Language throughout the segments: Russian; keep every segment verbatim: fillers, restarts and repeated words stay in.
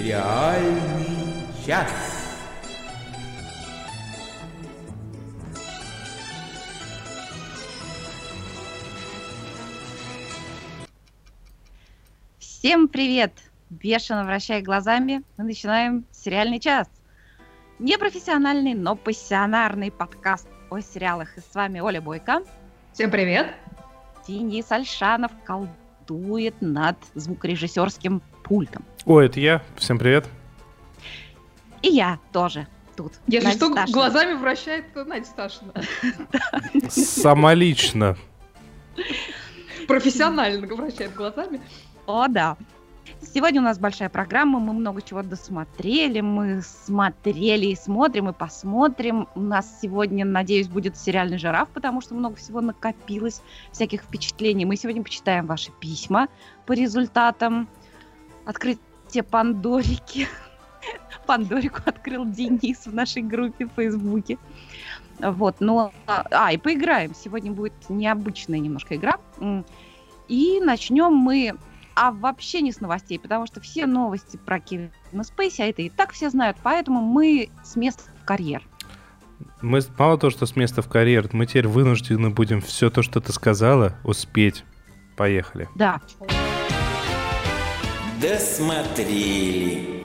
Сериальный час. Всем привет! Бешено вращая глазами, мы начинаем сериальный час. Непрофессиональный, но пассионарный подкаст о сериалах. И с вами Оля Бойко. Всем привет! Денис Альшанов колдует над звукорежиссерским пультом. Ой, это я. Всем привет. И я тоже тут. Если Надя что, Сташина. глазами вращает Надя Сташина. Самолично. Профессионально вращает глазами. О, да. Сегодня у нас большая программа, мы много чего досмотрели, мы смотрели и смотрим, и посмотрим. У нас сегодня, надеюсь, будет сериальный жираф, потому что много всего накопилось, всяких впечатлений. Мы сегодня почитаем ваши письма по результатам открытия Пандорики. Пандорику открыл Денис в нашей группе в Фейсбуке. Вот, ну, а, и поиграем. Сегодня будет необычная немножко игра. И начнем мы... А вообще не с новостей, потому что все новости про Кевина Спейси, а это и так все знают, поэтому мы с места в карьер. Мы мало того, что с места в карьер, мы теперь вынуждены будем все то, что ты сказала, успеть. Поехали. Да. Досмотрели.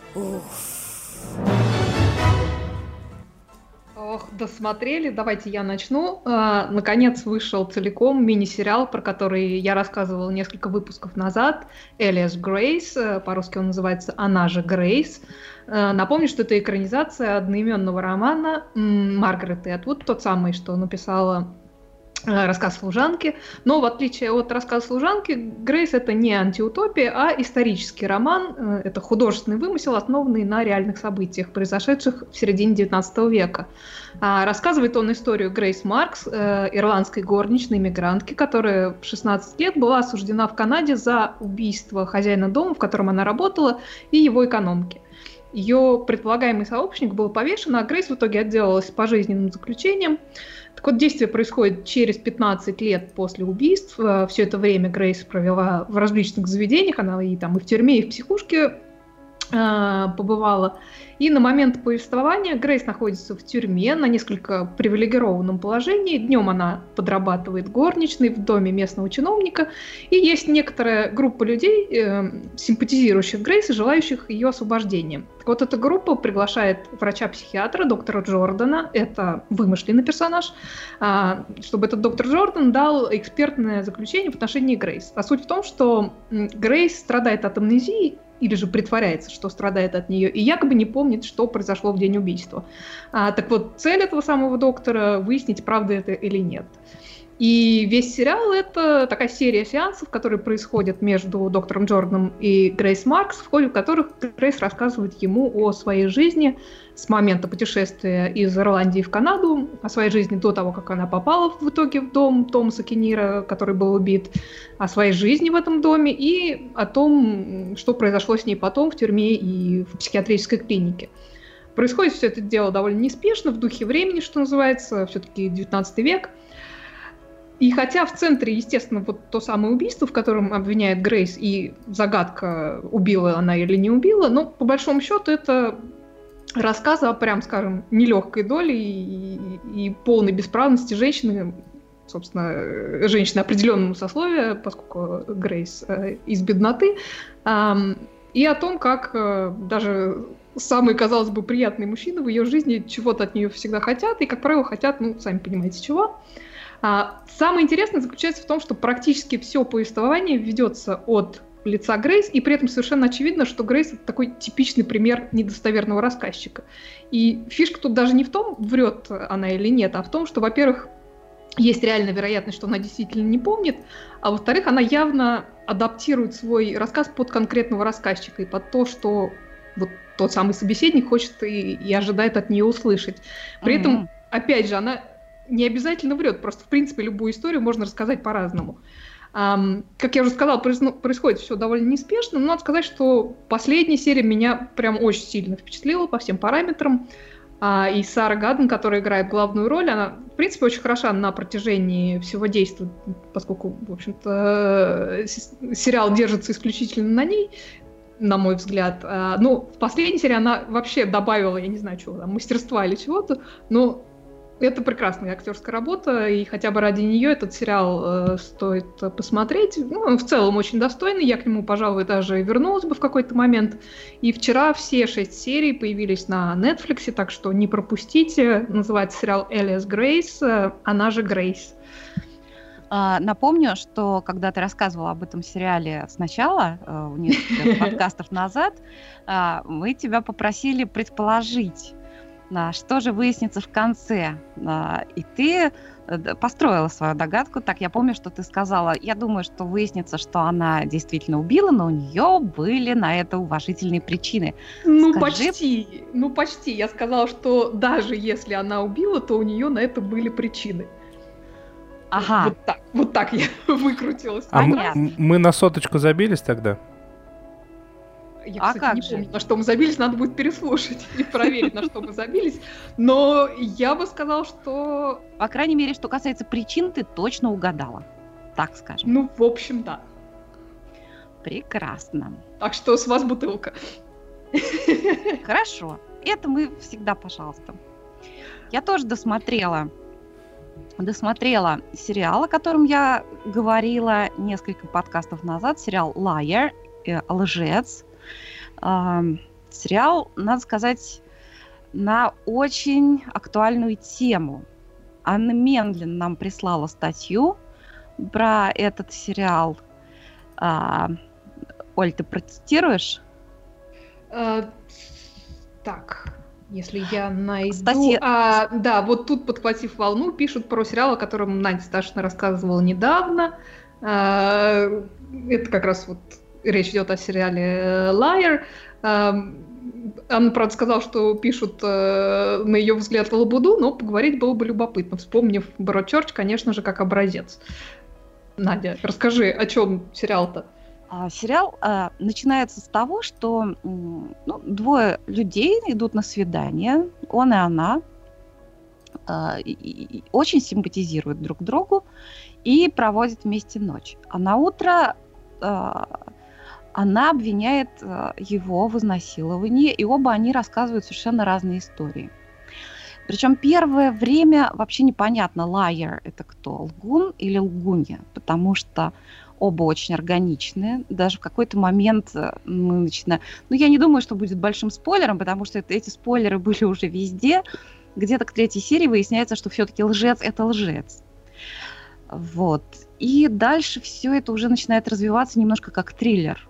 Ох, досмотрели. Давайте я начну. А, наконец вышел целиком мини-сериал, про который я рассказывала несколько выпусков назад. Элиас Грейс. По-русски он называется «Она же Грейс». А, напомню, что это экранизация одноименного романа Маргарет Этвуд, тот самый, что написала рассказ «Служанки». Но в отличие от рассказа «Служанки», Грейс — это не антиутопия, а исторический роман. Это художественный вымысел, основанный на реальных событиях, произошедших в середине девятнадцатого века. Рассказывает он историю Грейс Маркс, ирландской горничной иммигрантки, которая в шестнадцать лет была осуждена в Канаде за убийство хозяина дома, в котором она работала, и его экономки. Ее предполагаемый сообщник был повешен, а Грейс в итоге отделалась пожизненным заключением. Так вот, действие происходит через пятнадцать лет после убийств. Все это время Грейс провела в различных заведениях, она и, там, и в тюрьме, и в психушке э, побывала. И на момент повествования Грейс находится в тюрьме на несколько привилегированном положении. Днем она подрабатывает горничной в доме местного чиновника. И есть некоторая группа людей, э, симпатизирующих Грейс и желающих ее освобождения. Так вот, эта группа приглашает врача-психиатра, доктора Джордана, это вымышленный персонаж, э, чтобы этот доктор Джордан дал экспертное заключение в отношении Грейс. А суть в том, что Грейс страдает от амнезии, или же притворяется, что страдает от нее, и якобы не помнит, что произошло в день убийства. А, так вот, цель этого самого доктора — выяснить, правда это или нет. И весь сериал — это такая серия сеансов, которые происходят между доктором Джорданом и Грейс Маркс, в ходе которых Грейс рассказывает ему о своей жизни с момента путешествия из Ирландии в Канаду, о своей жизни до того, как она попала в итоге в дом Томаса Киннира, который был убит, о своей жизни в этом доме и о том, что произошло с ней потом в тюрьме и в психиатрической клинике. Происходит все это дело довольно неспешно, в духе времени, что называется, все-таки девятнадцатый век. И хотя в центре, естественно, вот то самое убийство, в котором обвиняет Грейс, и загадка, убила она или не убила, но по большому счету это рассказ о, прям скажем, нелегкой доле и, и, и полной бесправности женщины, собственно, женщины определенного сословия, поскольку Грейс э, из бедноты, э, и о том, как э, даже самые, казалось бы, приятные мужчины в ее жизни чего-то от нее всегда хотят, и, как правило, хотят, ну, сами понимаете, чего. А самое интересное заключается в том, что практически все повествование ведется от лица Грейс, и при этом совершенно очевидно, что Грейс — это такой типичный пример недостоверного рассказчика. И фишка тут даже не в том, врет она или нет, а в том, что, во-первых, есть реальная вероятность, что она действительно не помнит, а во-вторых, она явно адаптирует свой рассказ под конкретного рассказчика и под то, что вот тот самый собеседник хочет и, и ожидает от нее услышать. При mm-hmm. этом, опять же, она не обязательно врет, просто, в принципе, любую историю можно рассказать по-разному. Um, как я уже сказала, происходит все довольно неспешно, но надо сказать, что последняя серия меня прям очень сильно впечатлила по всем параметрам. Uh, и Сара Гадден, которая играет главную роль, она, в принципе, очень хороша на протяжении всего действия, поскольку, в общем-то, сериал держится исключительно на ней. на мой взгляд. А, ну, в последней серии она вообще добавила, я не знаю, чего там, мастерства или чего-то, но это прекрасная актерская работа, и хотя бы ради нее этот сериал э, стоит посмотреть. Ну, он в целом очень достойный, я к нему, пожалуй, даже вернулась бы в какой-то момент. И вчера все шесть серий появились на Netflix, так что не пропустите. Называется сериал «Элиас Грейс», э, она же Грейс. Напомню, что когда ты рассказывала об этом сериале сначала, несколько подкастов назад, мы тебя попросили предположить, что же выяснится в конце. И ты построила свою догадку. Так, я помню, что ты сказала, я думаю, что выяснится, что она действительно убила, но у нее были на это уважительные причины. Ну, Скажи... почти. Ну, почти. Я сказала, что даже если она убила, то у нее на это были причины. Ага. Вот так, вот так я выкрутилась. А мы, мы на соточку забились тогда? Я, а кстати, как не же? помню, на что мы забились, надо будет переслушать и проверить, на что мы забились. Но я бы сказала, что... По крайней мере, что касается причин, ты точно угадала. Так скажем. Ну, в общем, да. Прекрасно. Так что с вас бутылка. Хорошо. Это мы всегда, пожалуйста. Я тоже досмотрела досмотрела сериал, о котором я говорила несколько подкастов назад, сериал Liar, э, «Лжец». Э, сериал, надо сказать, на очень актуальную тему. Анна Мендлин нам прислала статью про этот сериал. Э, Оль, ты процитируешь? Э, так... Если я найду... Статья... А, да, вот тут, подхватив волну, пишут про сериал, о котором Надя Сташина рассказывала недавно. А, это как раз вот речь идет о сериале Liar. А, Анна, правда, сказала, что пишут, а, на ее взгляд, в лабуду, но поговорить было бы любопытно, вспомнив Бродчерч, конечно же, как образец. Надя, расскажи, о чем сериал-то? Сериал э, начинается с того, что ну, двое людей идут на свидание, он и она, э, и, и очень симпатизируют друг другу и проводят вместе ночь. А на утро э, она обвиняет э, его в изнасиловании, и оба они рассказывают совершенно разные истории. Причем первое время вообще непонятно, liar — это кто, лгун или лгунья, потому что оба очень органичные. Даже в какой-то момент мы начинаем... Ну, я не думаю, что будет большим спойлером, потому что это, эти спойлеры были уже везде. Где-то к третьей серии выясняется, что все-таки лжец — это лжец. Вот. И дальше все это уже начинает развиваться немножко как триллер.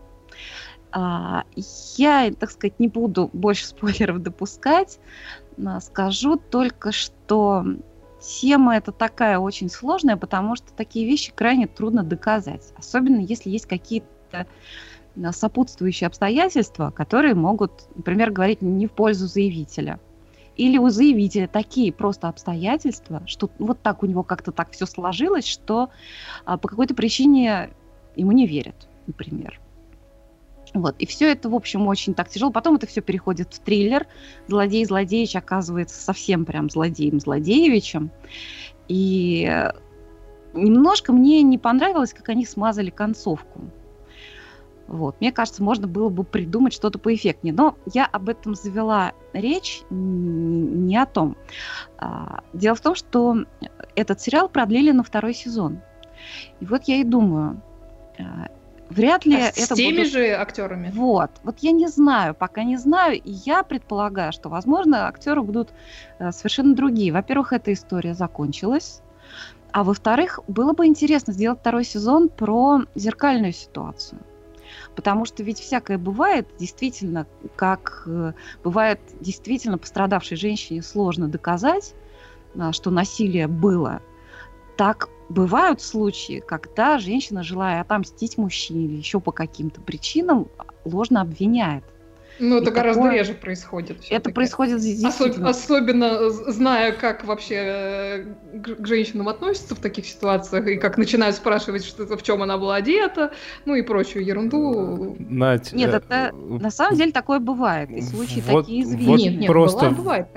Я, так сказать, не буду больше спойлеров допускать. Скажу только, что... Тема эта такая очень сложная, потому что такие вещи крайне трудно доказать. Особенно если есть какие-то сопутствующие обстоятельства, которые могут, например, говорить не в пользу заявителя. Или у заявителя такие просто обстоятельства, что вот так у него как-то так все сложилось, что а, по какой-то причине ему не верят, например. Вот. И все это, в общем, очень так тяжело. Потом это все переходит в триллер. Злодей Злодеевич оказывается совсем прям злодеем Злодеевичем. И немножко мне не понравилось, как они смазали концовку. Вот. Мне кажется, можно было бы придумать что-то поэффектнее. Но я об этом завела речь не о том. Дело в том, что этот сериал продлили на второй сезон. И вот я и думаю... Вряд ли а это с теми будут... же актерами? Вот. Вот я не знаю, пока не знаю. И я предполагаю, что, возможно, актеры будут э, совершенно другие. Во-первых, эта история закончилась. А во-вторых, было бы интересно сделать второй сезон про зеркальную ситуацию. Потому что ведь всякое бывает, действительно, как э, бывает действительно пострадавшей женщине сложно доказать, э, что насилие было. Так бывают случаи, когда женщина, желая отомстить мужчине или еще по каким-то причинам, ложно обвиняет. Ну, это и гораздо такое... реже происходит. Это происходит действительно. Особ... Особенно зная, как вообще к женщинам относятся в таких ситуациях, и как начинают спрашивать, что, в чем она была одета, ну и прочую ерунду. Надь, нет, э... это на самом деле такое бывает, и случаи вот, такие известные. Вот нет, нет, просто... бывает, бывает, конечно.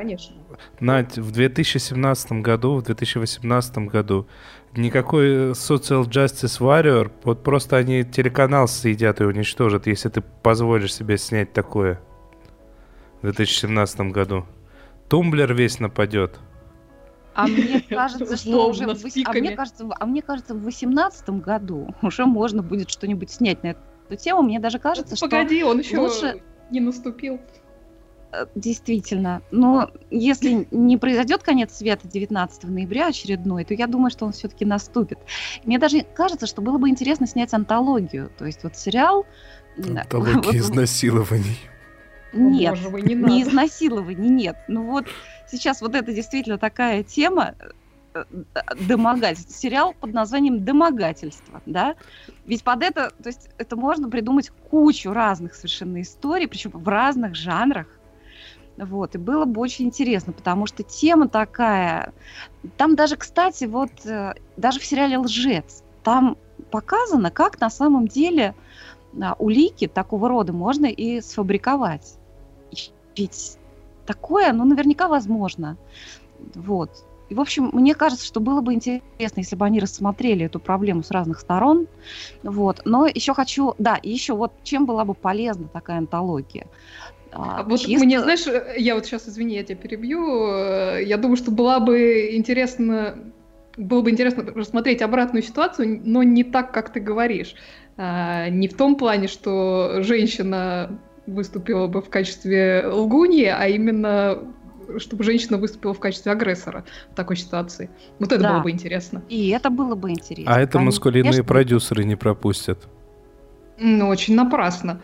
Надь, в две тысячи семнадцатом году, в две тысячи восемнадцатом году никакой Social Justice Warrior, вот просто они телеканал съедят и уничтожат, если ты позволишь себе снять такое в две тысячи семнадцатом году. Тумблер весь нападет. А мне кажется, что уже... в вось- А мне кажется, а мне кажется, в восемнадцатом году уже можно будет что-нибудь снять на эту тему. Мне даже кажется, что... Погоди, он еще лучше- не наступил. Э, Действительно. Но если не произойдет конец света девятнадцатого ноября очередной, то я думаю, что он все-таки наступит. Мне даже кажется, что было бы интересно снять антологию. То есть вот сериал... м, Антология вот- изнасилований. Нет, Боже мой, не не надо. изнасилований, нет. Ну вот сейчас вот это действительно такая тема, э, э, домогательство. Сериал под названием «Домогательство», да? Ведь под это, то есть это можно придумать кучу разных совершенно историй, причем в разных жанрах. Вот, и было бы очень интересно, потому что тема такая... Там даже, кстати, вот э, даже в сериале «Лжец» там показано, как на самом деле а, улики такого рода можно и сфабриковать. И ведь такое, ну, наверняка возможно. Вот. И, в общем, мне кажется, что было бы интересно, если бы они рассмотрели эту проблему с разных сторон. Вот. Но еще хочу... Да, и еще вот чем была бы полезна такая антология? А А, вот чисто- мне, знаешь, я вот сейчас, извини, я тебя перебью. э, Я думаю, что была бы интересно, было бы интересно рассмотреть обратную ситуацию, но не так, как ты говоришь. А, Не в том плане, что женщина выступила бы в качестве лгуньи, а именно чтобы женщина выступила в качестве агрессора в такой ситуации. Вот это Да. было бы интересно. И это было бы интересно. А это маскулинные Конечно. продюсеры не пропустят. Ну, очень напрасно.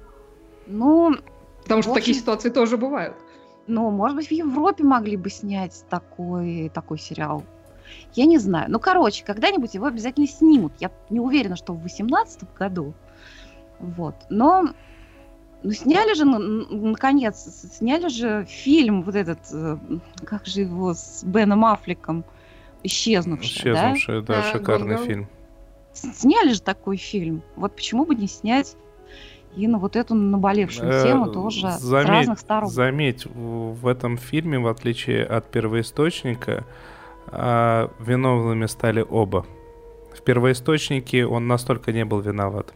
Ну, Потому что В такие общем- ситуации тоже бывают. ну, может быть, в Европе могли бы снять такой, такой сериал. Я не знаю. Ну, короче, когда-нибудь его обязательно снимут. Я не уверена, что в восемнадцатом году. Вот. Но ну, сняли же, ну, н- наконец, с- сняли же фильм вот этот, э, как же его, с Беном Аффлеком, «Исчезнувший», да? Исчезнувший, да, А, шикарный Гонгол? фильм. С- Сняли же такой фильм. Вот почему бы не снять и на вот эту наболевшую Э, тему тоже с заметь- разных сторон. Заметь, в в этом фильме, в отличие от первоисточника, а, виновными стали оба. В первоисточнике он настолько не был виноват.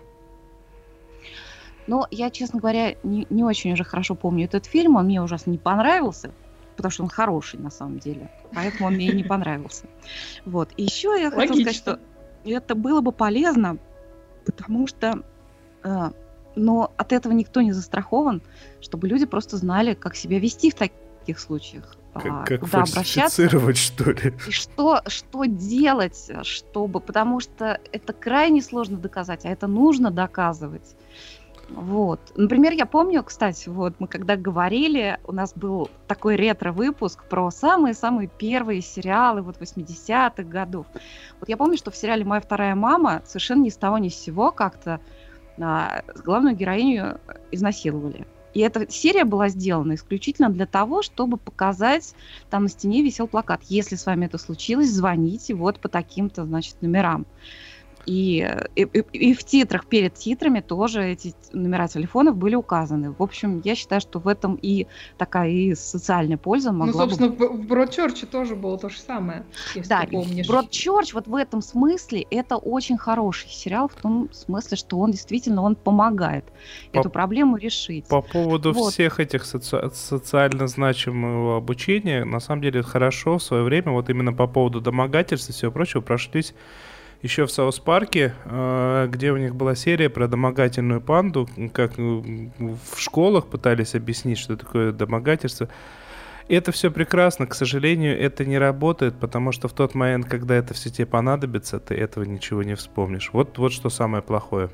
Но я, честно говоря, не, не очень уже хорошо помню этот фильм. Он мне ужасно не понравился, потому что он хороший на самом деле. Поэтому он мне и не понравился. Вот. И еще я хотела сказать, Логично. что это было бы полезно, потому что э, но от этого никто не застрахован, чтобы люди просто знали, как себя вести в таких случаях. а, Как, как куда обращаться. фальсифицировать, что ли? И что, что делать, чтобы... Потому что это крайне сложно доказать, а это нужно доказывать. Вот. Например, я помню, кстати, вот мы когда говорили, у нас был такой ретро-выпуск про самые-самые первые сериалы вот восьмидесятых годов. Вот я помню, что в сериале «Моя вторая мама» совершенно ни с того ни с сего как-то а, главную героиню изнасиловали. И эта серия была сделана исключительно для того, чтобы показать, там на стене висел плакат: если с вами это случилось, звоните вот по таким-то, значит, номерам. И, и, и в титрах, перед титрами тоже эти номера телефонов были указаны. В общем, я считаю, что в этом и такая и социальная польза Ну, могла бы... собственно, в в Бродчерче тоже было то же самое, если Да, ты помнишь. Бродчерч вот в этом смысле это очень хороший сериал, в том смысле, что он действительно он помогает По- эту проблему решить. По поводу Вот. всех этих соци- социально значимого обучения, на самом деле хорошо в свое время, вот именно по поводу домогательств и всего прочего, прошлись еще в Саус Парке, э, где у них была серия про домогательную панду, как э, в школах пытались объяснить, что такое домогательство. Это все прекрасно, к сожалению, это не работает, потому что в тот момент, когда это все тебе понадобится, ты этого ничего не вспомнишь. Вот, вот что самое плохое.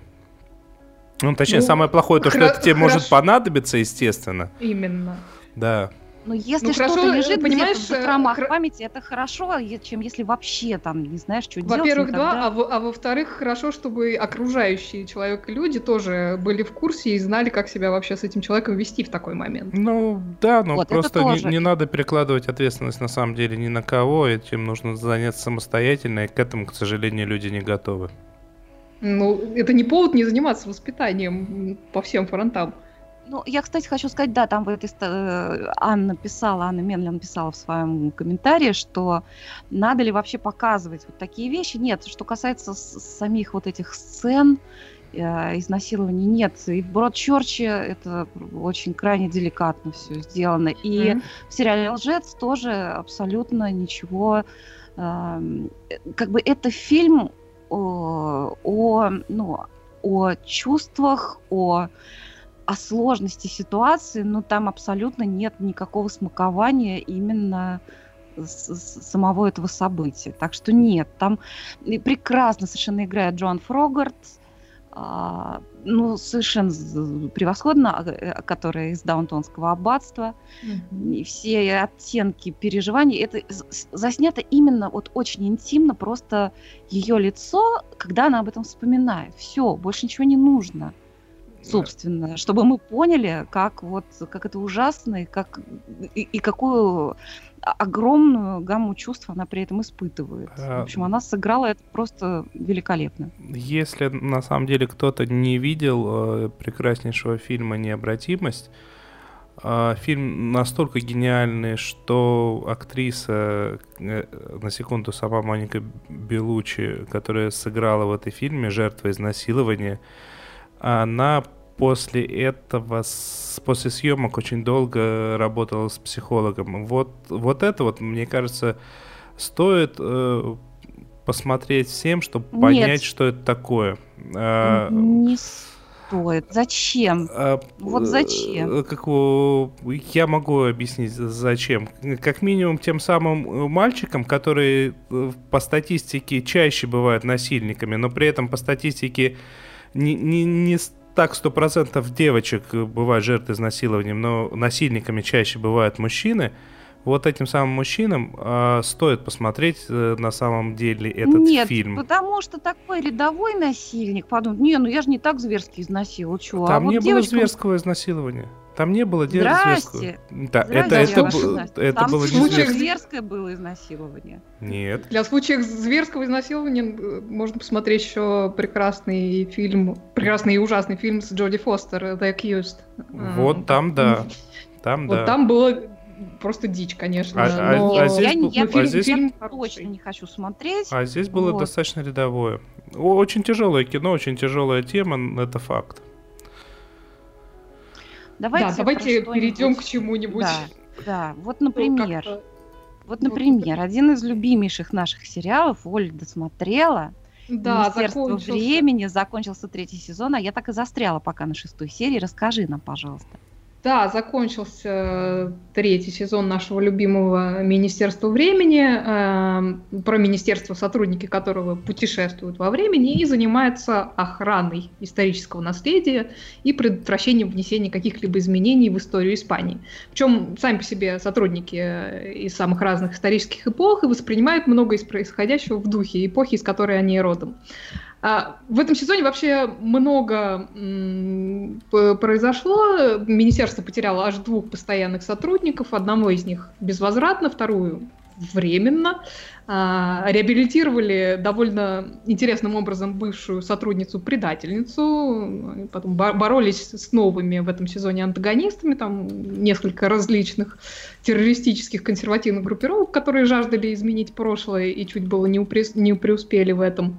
Ну, точнее, Ну, самое плохое, то, что хра- это тебе может хорошо. понадобиться, естественно. Именно. Да. Но если Ну, что-то хорошо, лежит понимаешь, где-то в закромах хра- памяти, это хорошо, е- чем если вообще там не знаешь, что делать. Во-первых, никогда. да, а, во- а во-вторых, хорошо, чтобы окружающие человека люди тоже были в курсе и знали, как себя вообще с этим человеком вести в такой момент. Ну, да, но Вот, это просто не, тоже. не надо перекладывать ответственность на самом деле ни на кого, этим нужно заняться самостоятельно, и к этому, к сожалению, люди не готовы. Ну, это не повод не заниматься воспитанием м, по всем фронтам. Ну, я, кстати, хочу сказать, да, там в этой Анна писала, Анна Менлин писала в своем комментарии, что надо ли вообще показывать вот такие вещи. Нет, что касается самих вот этих сцен э, изнасилований, нет. И в Бродчерче это очень крайне деликатно все сделано. И mm-hmm. в сериале «Лжец» тоже абсолютно ничего. Э, как бы это фильм о, о, ну, о чувствах, о... о сложности ситуации, но там абсолютно нет никакого смакования именно с, с самого этого события. Так что нет, там прекрасно совершенно играет Джоан Фрогарт, а, ну, совершенно превосходно, которая из Даунтонского аббатства. Mm-hmm. И все оттенки переживаний, это заснято именно вот очень интимно, просто ее лицо, когда она об этом вспоминает. Все, больше ничего не нужно. Собственно, чтобы мы поняли, как вот как это ужасно и как и, и какую огромную гамму чувств она при этом испытывает. В общем, она сыграла это просто великолепно. Если на самом деле кто-то не видел э, прекраснейшего фильма «Необратимость», э, фильм настолько гениальный, что актриса, э, на секунду, сама Моника Беллуччи, которая сыграла в этом фильме жертву изнасилования, она после этого, после съемок очень долго работала с психологом. Вот, вот это вот, мне кажется, стоит э, посмотреть всем, чтобы Нет. понять, что это такое. Не стоит. Зачем? А, вот зачем? Как, я могу объяснить, зачем. Как минимум тем самым мальчикам, которые по статистике чаще бывают насильниками, но при этом по статистике не, не, не так сто процентов девочек бывают жертвы изнасилования, но насильниками чаще бывают мужчины. Вот этим самым мужчинам э, стоит посмотреть э, на самом деле этот Нет, фильм. Нет, потому что такой рядовой насильник подумает, не, ну я же не так зверски изнасиловал, чего? Там а не вот было девочкам... зверского изнасилования. Там не было зверского. Да, Здрасте, это, это, это, это Там было не зверское. зверское было изнасилование. Нет. Для случаев зверского изнасилования можно посмотреть еще прекрасный фильм, прекрасный и ужасный фильм с Джоди Фостер, The Accused. Вот там, да. Там, вот да. там было просто дичь, конечно. А, но... а здесь я, был, я, а фильм, здесь... я точно не хочу смотреть. А здесь было вот. достаточно рядовое. Очень тяжелое кино, очень тяжелая тема, это факт. Давайте, да, давайте перейдем к чему-нибудь. Да, да. Вот, например, ну, вот, например, один из любимейших наших сериалов Оля досмотрела. Да, Министерство закончился. времени, закончился третий сезон, а я так и застряла пока на шестой серии. Расскажи нам, пожалуйста. Да, закончился третий сезон нашего любимого Министерства времени, э, про министерство, сотрудники которого путешествуют во времени и занимаются охраной исторического наследия и предотвращением внесения каких-либо изменений в историю Испании. Причем сами по себе сотрудники из самых разных исторических эпох и воспринимают многое из происходящего в духе эпохи, из которой они родом. В этом сезоне вообще много м, произошло. Министерство потеряло аж двух постоянных сотрудников. Одного из них безвозвратно, вторую временно. А, реабилитировали довольно интересным образом бывшую сотрудницу-предательницу. Потом боролись с новыми в этом сезоне антагонистами. Там несколько различных террористических консервативных группировок, которые жаждали изменить прошлое и чуть было не, упре- не преуспели в этом.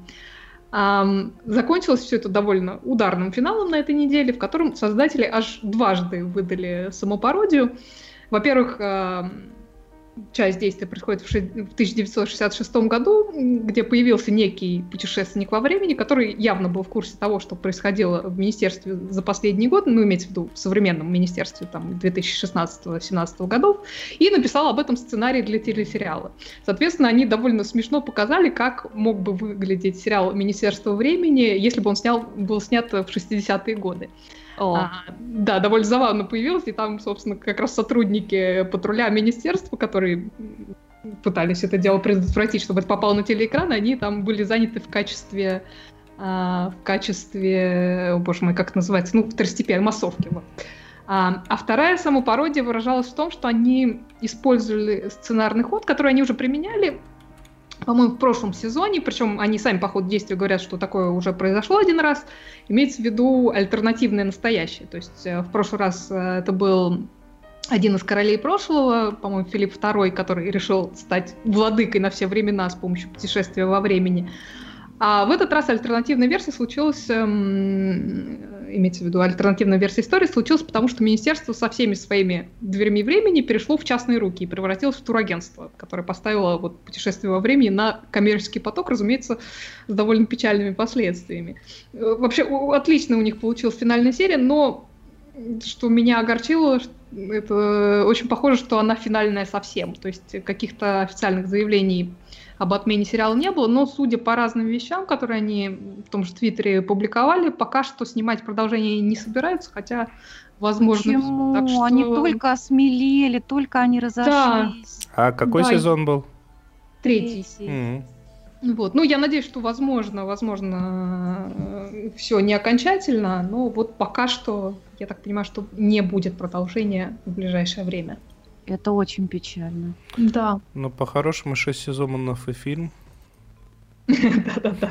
Um, закончилось все это довольно ударным финалом на этой неделе, в котором создатели аж дважды выдали самопародию. Во-первых, uh, часть действия происходит в, ши- в тысяча девятьсот шестьдесят шестом году, где появился некий путешественник во времени, который явно был в курсе того, что происходило в министерстве за последние годы, ну, имеется в виду в современном министерстве там, две тысячи шестнадцатого — две тысячи семнадцатого годов, и написал об этом сценарий для телесериала. Соответственно, они довольно смешно показали, как мог бы выглядеть сериал «Министерство времени», если бы он снял, был снят в шестидесятые годы. А, да, довольно забавно появилось, и там, собственно, как раз сотрудники патруля министерства, которые пытались это дело предотвратить, чтобы это попало на телеэкран, они там были заняты в качестве, а, в качестве, о, боже мой, как это называется, ну, второстепенной массовки. Вот. А, а вторая самопародия выражалась в том, что они использовали сценарный ход, который они уже применяли по-моему, в прошлом сезоне, причем они сами по ходу действия говорят, что такое уже произошло один раз, имеется в виду альтернативное настоящее. То есть в прошлый раз это был один из королей прошлого, по-моему, Филипп второй, который решил стать владыкой на все времена с помощью путешествия во времени. А в этот раз альтернативная версия случилась, эм, имеется в виду, альтернативная версия истории случилась, потому что министерство со всеми своими дверьми времени перешло в частные руки и превратилось в турагентство, которое поставило вот, путешествие во времени на коммерческий поток, разумеется, с довольно печальными последствиями. Вообще, отлично у них получилась финальная серия, но что меня огорчило, это очень похоже, что она финальная совсем. То есть каких-то официальных заявлений об отмене сериала не было, но судя по разным вещам, которые они в том же Твиттере публиковали, пока что снимать продолжение не собираются, хотя, возможно... Почему? Так что... Они только осмелели, только они разошлись. Да. А какой Да, сезон был? Третий. М. Вот. Ну, я надеюсь, что возможно, возможно, все не окончательно, но вот пока что, я так понимаю, что не будет продолжения в ближайшее время. Это очень печально. Да. Ну, по-хорошему, шесть сезонов и фильм. Да-да-да.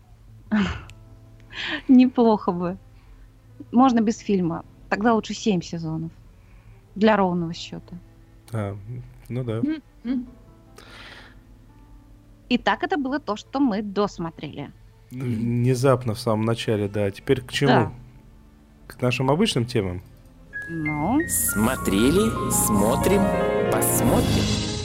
Неплохо бы. Можно без фильма. Тогда лучше семь сезонов. Для ровного счета. А, ну да. М. Итак, это было то, что мы досмотрели. Внезапно в самом начале, да. Теперь к чему? Да. К нашим обычным темам? Ну, Смотрели, смотрим, посмотрим.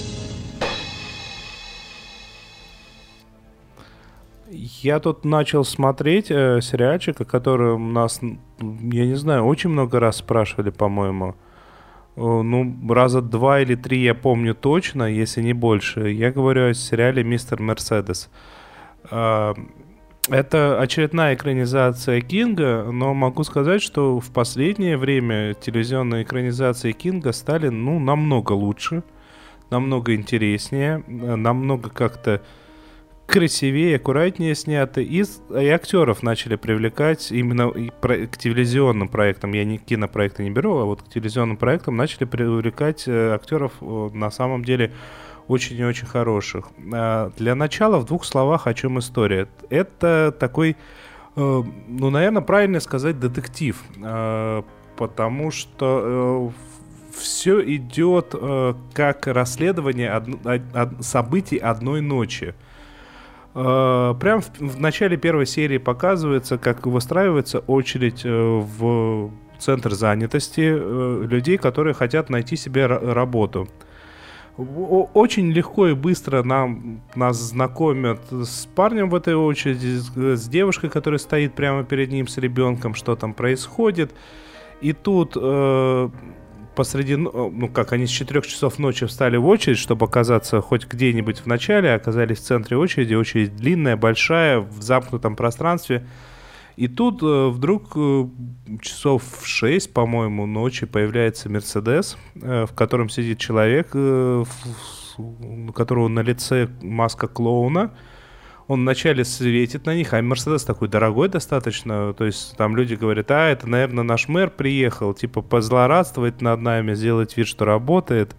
Я тут начал смотреть э, сериальчик, о котором нас, я не знаю, очень много раз спрашивали, по-моему. Э, ну, раза два или три я помню точно, если не больше. Я говорю о сериале «Мистер Мерседес». Э, это очередная экранизация Кинга, но могу сказать, что в последнее время телевизионные экранизации Кинга стали, ну, намного лучше, намного интереснее, намного как-то красивее, аккуратнее снято, и, и актеров начали привлекать именно и про, к телевизионным проектам. Я не кинопроекты не беру, а вот к телевизионным проектам начали привлекать э, актеров э, на самом деле очень и очень хороших. Э, для начала в двух словах, о чем история. Это такой, э, ну, наверное, правильно сказать, детектив, э, потому что э, все идет э, как расследование од, од, од, событий одной ночи. Uh, прям в, в начале первой серии показывается, как выстраивается очередь uh, в центр занятости uh, людей, которые хотят найти себе р- работу. О- очень легко и быстро нам, нас знакомят с парнем в этой очереди, с, с девушкой, которая стоит прямо перед ним с ребенком, что там происходит. И тут... Uh, посреди, ну как, они с четырёх часов ночи встали в очередь, чтобы оказаться хоть где-нибудь в начале, оказались в центре очереди, очередь длинная, большая, в замкнутом пространстве. И тут э, вдруг э, часов в шесть, по-моему, ночи появляется Мерседес, э, в котором сидит человек, э, в, у которого на лице маска клоуна. Он вначале светит на них, а Мерседес такой дорогой достаточно, то есть там люди говорят, а, это, наверное, наш мэр приехал, типа, позлорадствовать над нами, сделать вид, что работает.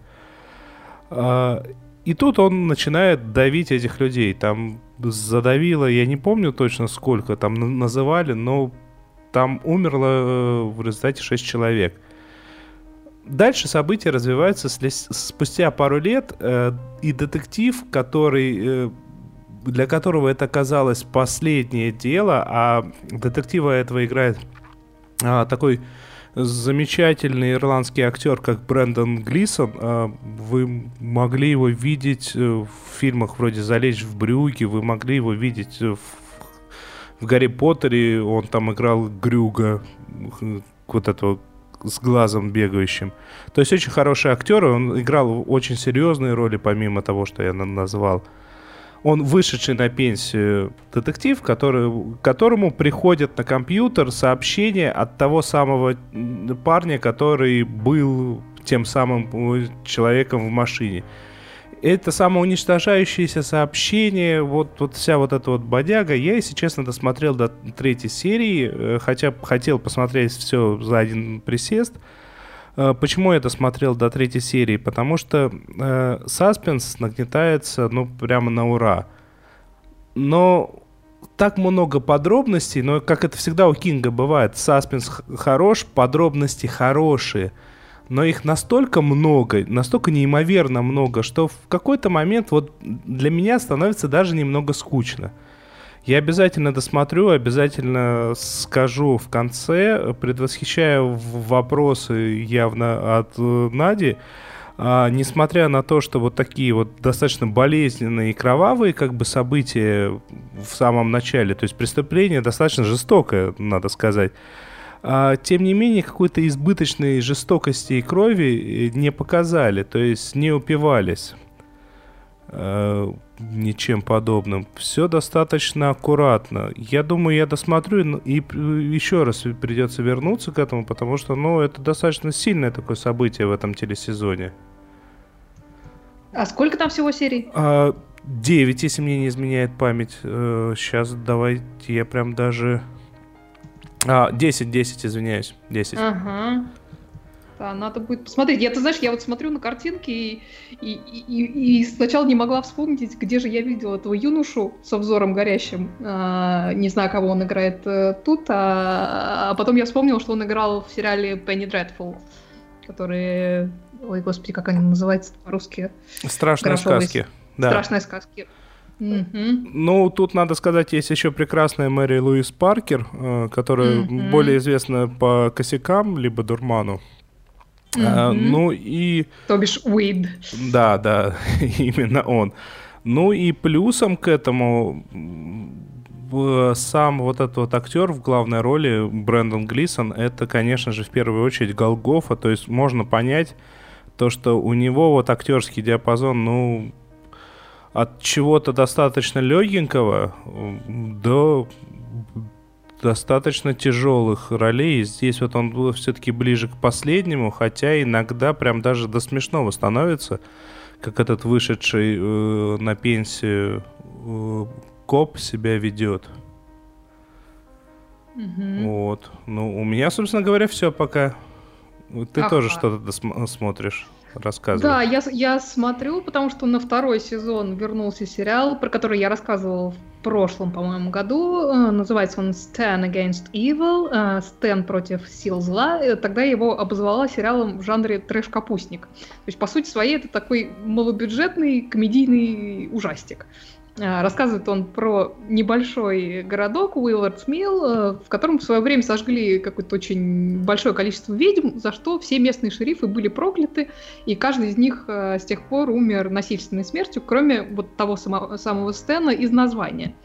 И тут он начинает давить этих людей, там задавило, я не помню точно сколько, там называли, но там умерло в результате шесть человек. Дальше события развиваются спустя пару лет, и детектив, который... для которого это казалось последнее дело, а детектива этого играет а, такой замечательный ирландский актер, как Брэндон Глисон. А, вы могли его видеть в фильмах вроде «Залечь в брюки», вы могли его видеть в, в «Гарри Поттере», он там играл Грюга, вот этого с глазом бегающим. То есть очень хороший актер, он играл очень серьезные роли, помимо того, что я назвал. Он вышедший на пенсию детектив, который, которому приходят на компьютер сообщения от того самого парня, который был тем самым человеком в машине. Это самоуничтожающееся сообщение, вот, вот вся вот эта вот бодяга. Я, если честно, досмотрел до третьей серии, хотя хотел посмотреть все за один присест. Почему я досмотрел до третьей серии? Потому что э, саспенс нагнетается, ну, прямо на ура. Но так много подробностей, но, как это всегда у Кинга бывает, саспенс хорош, подробности хорошие, но их настолько много, настолько неимоверно много, что в какой-то момент вот для меня становится даже немного скучно. Я обязательно досмотрю, обязательно скажу в конце, предвосхищая вопросы явно от Нади. А, несмотря на то, что вот такие вот достаточно болезненные и кровавые как бы события в самом начале, то есть преступление достаточно жестокое, надо сказать, а, тем не менее какой-то избыточной жестокости и крови не показали, то есть не упивались ничем подобным. Все достаточно аккуратно. Я думаю, я досмотрю, и еще раз придется вернуться к этому, потому что, ну, это достаточно сильное такое событие в этом телесезоне. А сколько там всего серий? А, девять, если мне не изменяет память. Сейчас давайте я прям даже... А, десять, десять, извиняюсь. десять. Ага. Да, надо будет посмотреть. Я, ты знаешь, я вот смотрю на картинки и, и, и, и сначала не могла вспомнить, где же я видела этого юношу со взором горящим. А, не знаю, кого он играет а, тут, а, а потом я вспомнила, что он играл в сериале Penny Dreadful, который... Ой, господи, как они называются по-русски? Страшные Грошовые... сказки. Да. Страшные сказки. Mm-hmm. Ну, тут надо сказать, есть еще прекрасная Мэри Луис Паркер, которая mm-hmm. более известна по «Косякам», либо «Дурману». Mm-hmm. А, ну и... То бишь Уид. Да, да, именно он. Ну и плюсом к этому сам вот этот вот актер в главной роли, Брэндон Глисон, это, конечно же, в первую очередь Голгофа, то есть можно понять то, что у него вот актерский диапазон, ну, от чего-то достаточно легенького до достаточно тяжелых ролей. И здесь вот он был все-таки ближе к последнему, хотя иногда прям даже до смешного становится, как этот вышедший э, на пенсию э, коп себя ведет. Mm-hmm. Вот. Ну, у меня, собственно говоря, все пока. Ты ага. тоже что-то досм- смотришь? Рассказывай. Да, я, я смотрю, потому что на второй сезон вернулся сериал, про который я рассказывала в прошлом, по-моему, году. Называется он «Stan Against Evil», «Стэн против сил зла». Тогда я его обозвала сериалом в жанре трэш-капустник. То есть, по сути своей, это такой малобюджетный комедийный ужастик. Рассказывает он про небольшой городок Уиллардс-Милл, в котором в свое время сожгли какое-то очень большое количество ведьм, за что все местные шерифы были прокляты, и каждый из них с тех пор умер насильственной смертью, кроме вот того само- самого Стэна из названия.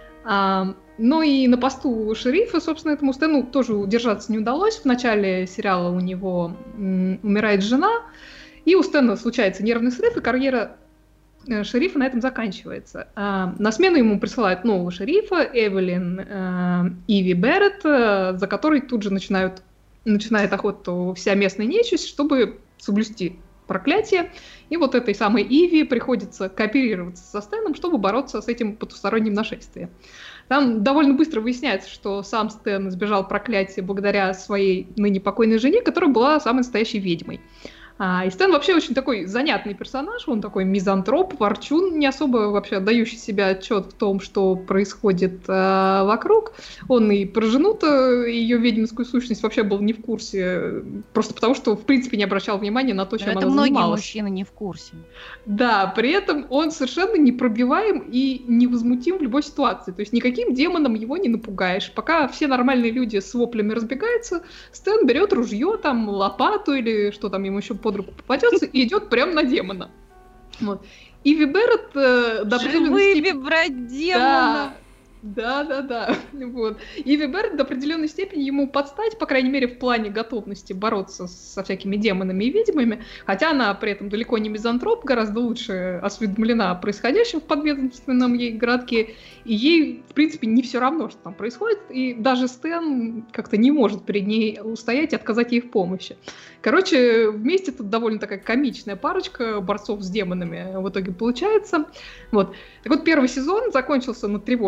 А, ну и на посту шерифа, собственно, этому Стэну тоже удержаться не удалось. В начале сериала у него м- умирает жена, и у Стэна случается нервный срыв, и карьера шерифа на этом заканчивается. А, на смену ему присылают нового шерифа, Эвелин а, Иви Берретт, а, за которой тут же начинают, начинает охоту вся местная нечисть, чтобы соблюсти проклятие. И вот этой самой Иви приходится кооперироваться со Стэном, чтобы бороться с этим потусторонним нашествием. Там довольно быстро выясняется, что сам Стэн избежал проклятия благодаря своей ныне покойной жене, которая была самой настоящей ведьмой. А, и Стэн вообще очень такой занятный персонаж, он такой мизантроп, ворчун, не особо вообще отдающий себе отчет в том, что происходит а, вокруг. Он и про жену-то, ее ведьминскую сущность вообще был не в курсе, просто потому что, в принципе, не обращал внимания на то, чем это она занималась. Это многие мужчины не в курсе. Да, при этом он совершенно непробиваем и невозмутим в любой ситуации. То есть никаким демоном его не напугаешь. Пока все нормальные люди с воплями разбегаются, Стэн берет ружье, там, лопату или что там ему еще под руку попадется и идет прямо на демона. Вот. Иви Берретт э, до определенной степени... брать демона! Да, да, да. Вот. Иви Берретт до определенной степени ему подстать, по крайней мере, в плане готовности бороться со всякими демонами и ведьмами, хотя она при этом далеко не мизантроп, гораздо лучше осведомлена о происходящем в подведомственном ей городке, и ей, в принципе, не все равно, что там происходит, и даже Стэн как-то не может перед ней устоять и отказать ей в помощи. Короче, вместе тут довольно такая комичная парочка борцов с демонами в итоге получается. Вот. Так вот, первый сезон закончился на тревожной ноте.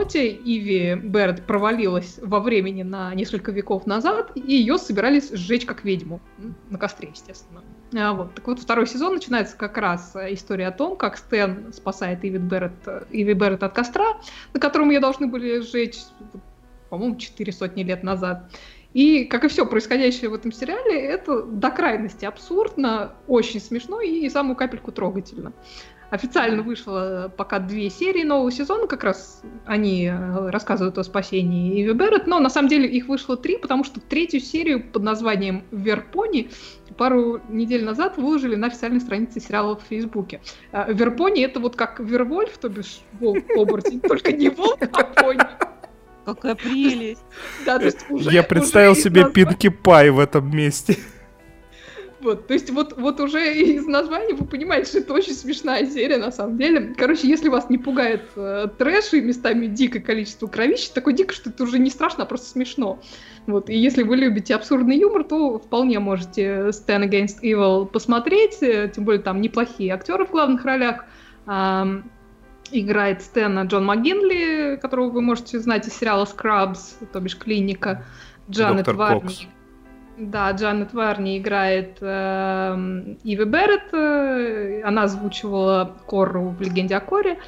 пилоте Иви Берретт провалилась во времени на несколько веков назад, и ее собирались сжечь как ведьму. На костре, естественно. А, вот. Так вот, второй сезон начинается как раз история о том, как Стэн спасает Иви Берретт, Иви Берретт от костра, на котором ее должны были сжечь, по-моему, четыре сотни лет назад. И, как и все происходящее в этом сериале, это до крайности абсурдно, очень смешно и самую капельку трогательно. Официально вышло пока две серии нового сезона, как раз они рассказывают о спасении Иви Берретт, но на самом деле их вышло три, потому что третью серию под названием «Верпони» пару недель назад выложили на официальной странице сериала в Фейсбуке. Верпони — это вот как Вервольф, то бишь волк-оборотень, только не волк, а пони. Какая прелесть! Да, то есть уже, Я представил уже себе назва... Пинки Пай в этом месте. Вот, то есть вот, вот уже из названия вы понимаете, что это очень смешная серия на самом деле. Короче, если вас не пугает э, трэш и местами дикое количество кровищи, такое дико, что это уже не страшно, а просто смешно. Вот, и если вы любите абсурдный юмор, то вполне можете Stand Against Evil посмотреть, тем более там неплохие актеры в главных ролях. Эм, играет Стэна Джон МакГинли, которого вы можете знать из сериала Scrubs, то бишь «Клиника». Джанет Варни. Да, Джанет Варни играет э, Иви Берретт, э, она озвучивала Корру в «Легенде о Корре»,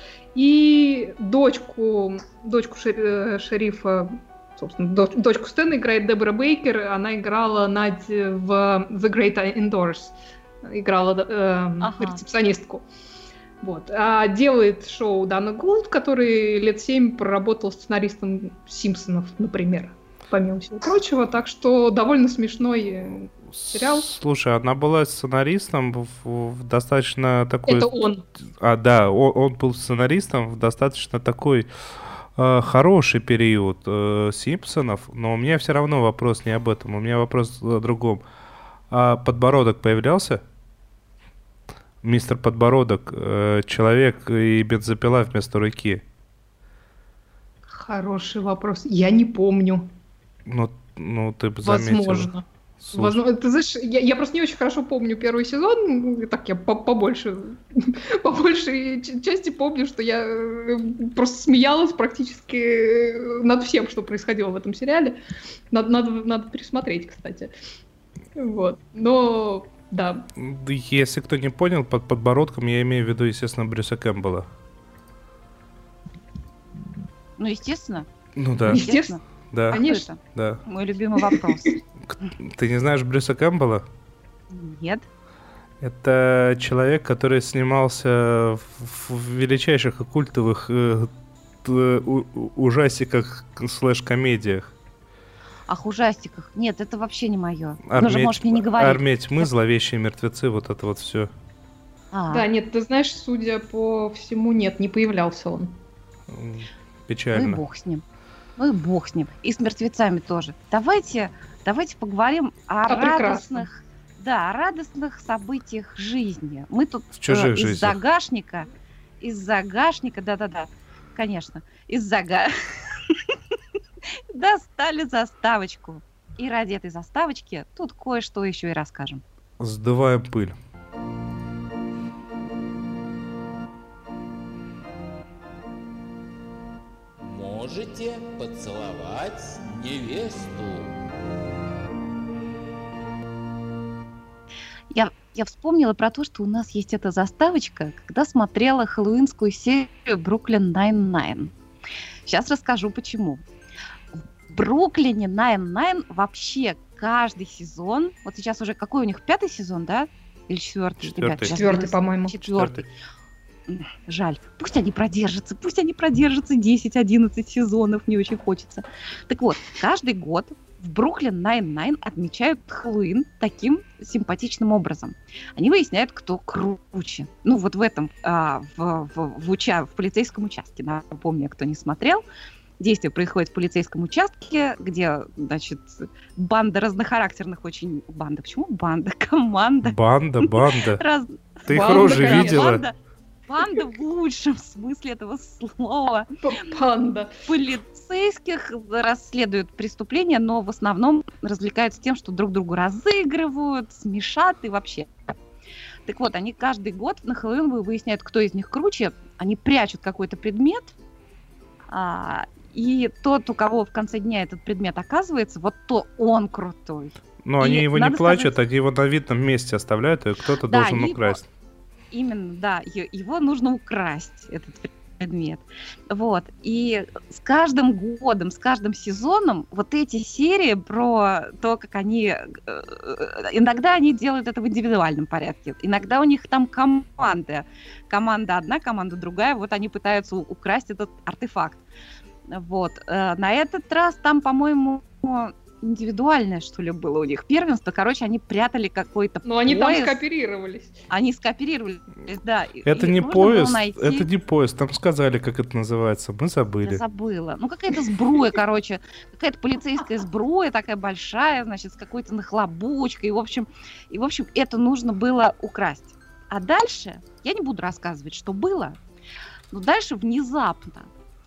и дочку, дочку шери, шерифа, собственно, дочь, дочку Стэна играет Дебора Бейкер, она играла Надь в The Great Indoors, играла э, ага. рецепционистку. Вот. А делает шоу Дана Гулд, который лет семь проработал сценаристом «Симпсонов», например, помимо всего прочего. Так что довольно смешной сериал. Слушай, она была сценаристом в, в достаточно такой... Это он. А, да, он, он был сценаристом в достаточно такой э, хороший период э, «Симпсонов», но у меня все равно вопрос не об этом, у меня вопрос о другом. А подбородок появлялся? Мистер Подбородок, э, человек и бензопила вместо руки. Хороший вопрос. Я не помню. Ну, ну ты бы заметила. Возможно. Возможно. Ты знаешь, я, я просто не очень хорошо помню первый сезон. Так я по побольше, по большей части помню, что я просто смеялась практически над всем, что происходило в этом сериале. Надо, надо, надо пересмотреть, кстати. Вот. Но... Да. Если кто не понял, под подбородком я имею в виду, естественно, Брюса Кэмпбелла. Ну, естественно. Ну да. Естественно. Да. Конечно. Да. Мой любимый вопрос. Ты не знаешь Брюса Кэмпбелла? Нет. Это человек, который снимался в, в величайших и культовых э, у, ужастиках слэш-комедиях. Ах, ужастиках. Нет, это вообще не мое. Армия, ну же, можешь мне не говорить. «Армия тьмы», «Зловещие мертвецы», вот это вот все. А. Да, нет, ты знаешь, судя по всему, нет, не появлялся он. Печально. Ну и бог с ним. Ну и бог с ним. И с мертвецами тоже. Давайте, давайте поговорим о а радостных, прекрасно. да, о радостных событиях жизни. Мы тут э, из жизнях. загашника, из загашника, да-да-да, конечно, из загашника. Достали заставочку. И ради этой заставочки тут кое-что еще и расскажем. Сдуваем пыль. Можете поцеловать невесту. Я, я вспомнила про то, что у нас есть эта заставочка, когда смотрела хэллоуинскую серию «Бруклин Найн-Найн». Сейчас расскажу, почему. В Бруклине Найн-Найн вообще каждый сезон, вот сейчас уже какой у них, пятый сезон, да? Или четвертый? Четвертый, четвертый по-моему. Четвертый. Жаль. Пусть они продержатся, пусть они продержатся десять-одиннадцать сезонов, не очень хочется. Так вот, каждый год в Бруклин Найн-Найн отмечают Хэллоуин таким симпатичным образом. Они выясняют, кто круче. Ну, вот в этом, а, в, в, в, уча, в полицейском участке, напомню, кто не смотрел. Действие происходит в полицейском участке, где, значит, банда разнохарактерных очень... Банда, почему банда? Команда. Банда, банда. Раз... Ты их рожи видела? Банда, банда в лучшем смысле этого слова. Банда. Полицейских расследуют преступления, но в основном развлекаются тем, что друг другу разыгрывают, смешат и вообще. Так вот, они каждый год на Хэллоуин выясняют, кто из них круче. Они прячут какой-то предмет, А, и тот, у кого в конце дня этот предмет оказывается, вот то он крутой. Но И они его не надо плачут, сказать- они его на видном месте оставляют, и кто-то Да, должен его- украсть. Именно, да, е- его нужно украсть, этот предмет. Вот. И с каждым годом, с каждым сезоном вот эти серии про то, как они... э, Иногда они делают это в индивидуальном порядке, иногда у них там команды. Команда одна, команда другая, вот они пытаются у- украсть этот артефакт. Вот. Э, На этот раз там, по-моему, индивидуальное, что ли, было у них первенство. Короче, они прятали какой-то Но они там пояс. скооперировались. Они скооперировались, да. и- Это и не нужно было поезд, найти- это не поезд, там сказали, как это называется, мы Я забыли. забыла. Ну, какая-то сбруя, короче. Какая-то полицейская сбруя такая большая, значит, с какой-то нахлобучкой. И, в общем, и, в общем, это нужно было украсть. А дальше, я не буду рассказывать, что было, но дальше внезапно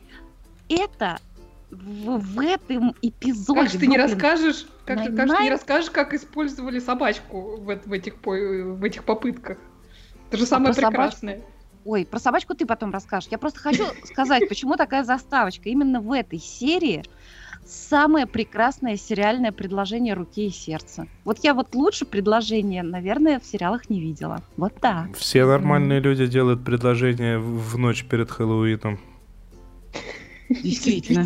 это в, в этом эпизоде... Как же ты не Бруклин расскажешь, как, ты- как же ты не Найн-Найн? расскажешь, как использовали собачку в, эт- в этих, по- в этих попытках? Это же самое про собачку? прекрасное. Ой, про собачку ты потом расскажешь. Я просто хочу сказать, почему такая заставочка. Именно в этой серии самое прекрасное сериальное предложение «Руки и сердца». Вот я вот лучше предложения, наверное, в сериалах не видела. Вот так. Все нормальные люди делают предложение в в ночь перед Хэллоуином. Действительно.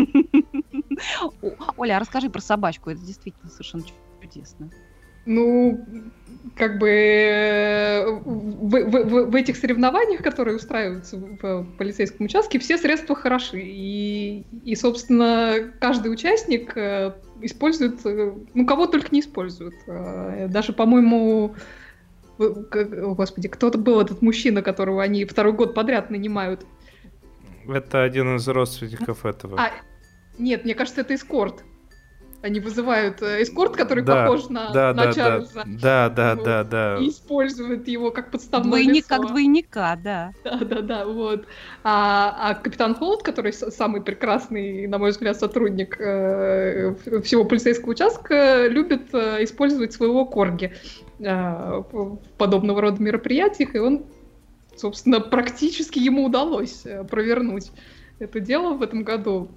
О, Оля, а расскажи про собачку. Это действительно совершенно чудесно. Ну, как бы э, в, в- в- в этих соревнованиях, которые устраиваются в в полицейском участке, все средства хороши. И, и собственно, каждый участник э, использует, э, ну, кого только не использует. Э, Даже, по-моему, в- как- о, господи, кто-то был этот мужчина, которого они второй год подряд нанимают. Это один из родственников этого. А, нет, мне кажется, это эскорт. Они вызывают э, эскорт, который Да, похож на, да, на да, Чарльза. да, да, Вот. да, да. И используют его как подставное Двойник лицо. как двойника, да. Да, да, да, вот. А, а капитан Холод, который с- самый прекрасный, на мой взгляд, сотрудник э, в- всего полицейского участка, любит э, использовать своего корги э, в в подобного рода мероприятиях, и он, собственно, практически ему удалось э, провернуть это дело в этом году.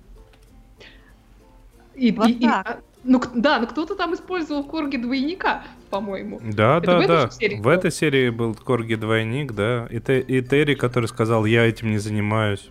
И, Вот и- и- так. а, ну, к- да, но кто-то там использовал корги двойника, по-моему. Да, Это да, в этой да. же серии В было? этой серии был Корги двойник, да. И, Те- и Терри, который сказал, я этим не занимаюсь.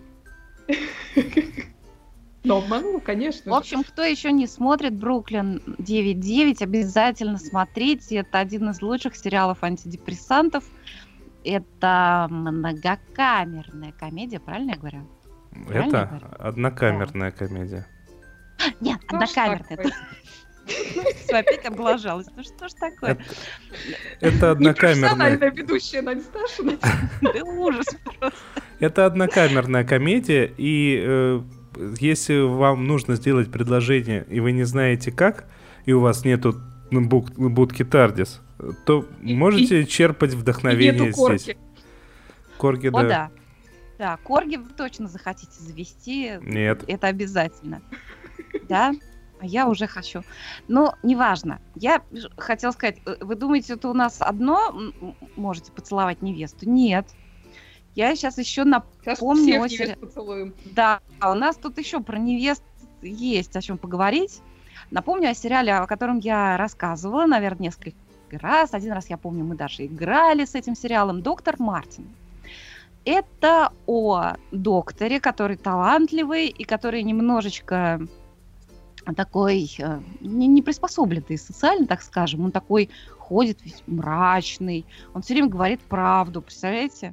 Но обманул, конечно. В общем, кто еще не смотрит «Бруклин девять девять», обязательно смотрите. Это один из лучших сериалов антидепрессантов. Это многокамерная комедия, правильно я говорю? Правильно я Это говорю? однокамерная комедия. Нет, Что ж однокамерная. такое? Ну, всё, опять облажалась. Ну что ж такое? Это, это однокамерная. Непрофессиональная ведущая Надя Сташина. Да ужас просто. Это однокамерная комедия, и э, если вам нужно сделать предложение, и вы не знаете как, и у вас нету бук- будки Тардис, то И- можете черпать И вдохновение нету корки. здесь. Корги, О, да. да. Да, корги вы точно захотите завести. Нет. Это обязательно. Да? А я уже хочу. Но неважно. Я ж- хотела сказать, э, вы думаете, это у нас одно м, м, можете поцеловать невесту? Нет. Я сейчас еще Сейчас напомню всех о невест сериале. поцелуем. Да, у нас тут еще про невест есть о чем поговорить. Напомню о сериале, о котором я рассказывала, наверное, несколько раз. Один раз, я помню, мы даже играли с этим сериалом «Доктор Мартин». Это о докторе, который талантливый и который немножечко такой э, не, не приспособленный социально, так скажем. Он такой ходит весь мрачный, он все время говорит правду, представляете?